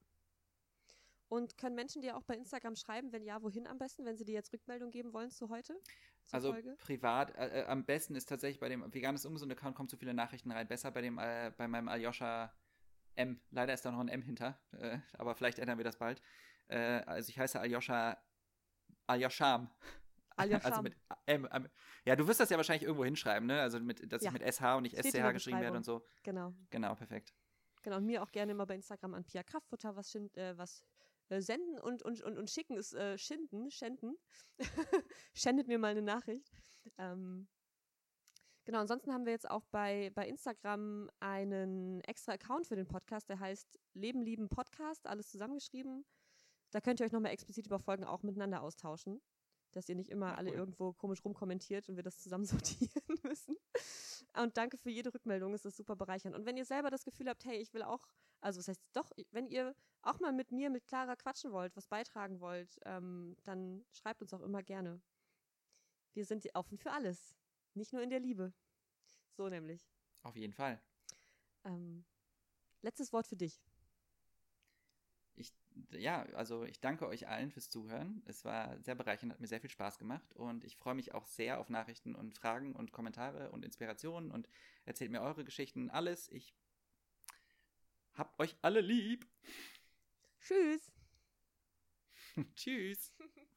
Und können Menschen dir auch bei Instagram schreiben, wenn ja, wohin am besten, wenn sie dir jetzt Rückmeldung geben wollen zu heute? Also Folge? Privat, am besten ist tatsächlich bei dem Veganes Ungesund-Account kommen zu viele Nachrichten rein. Besser bei meinem Aljoscha M. Leider ist da noch ein M hinter, aber vielleicht ändern wir das bald. Also ich heiße Aljoscham. Also mit M. Ja, du wirst das ja wahrscheinlich irgendwo hinschreiben, ne? Also dass ich mit SH und nicht SCH geschrieben werde und so. Genau, perfekt. Genau, und mir auch gerne immer bei Instagram an Pia Kraftfutter was senden und schicken ist schänden. Schändet mir mal eine Nachricht. Genau, ansonsten haben wir jetzt auch bei Instagram einen extra Account für den Podcast, der heißt Leben lieben Podcast, alles zusammengeschrieben. Da könnt ihr euch nochmal explizit über Folgen auch miteinander austauschen, dass ihr nicht immer alle irgendwo komisch rumkommentiert und wir das zusammen sortieren müssen. Und danke für jede Rückmeldung, es ist super bereichernd. Und wenn ihr selber das Gefühl habt, hey, ich will auch, also was heißt doch, wenn ihr auch mal mit mir, mit Clara quatschen wollt, was beitragen wollt, dann schreibt uns auch immer gerne. Wir sind offen für alles. Nicht nur in der Liebe. So nämlich. Auf jeden Fall. Letztes Wort für dich. ich danke euch allen fürs Zuhören. Es war sehr bereichernd, hat mir sehr viel Spaß gemacht und ich freue mich auch sehr auf Nachrichten und Fragen und Kommentare und Inspirationen und erzählt mir eure Geschichten, alles. Ich hab euch alle lieb. Tschüss. Tschüss.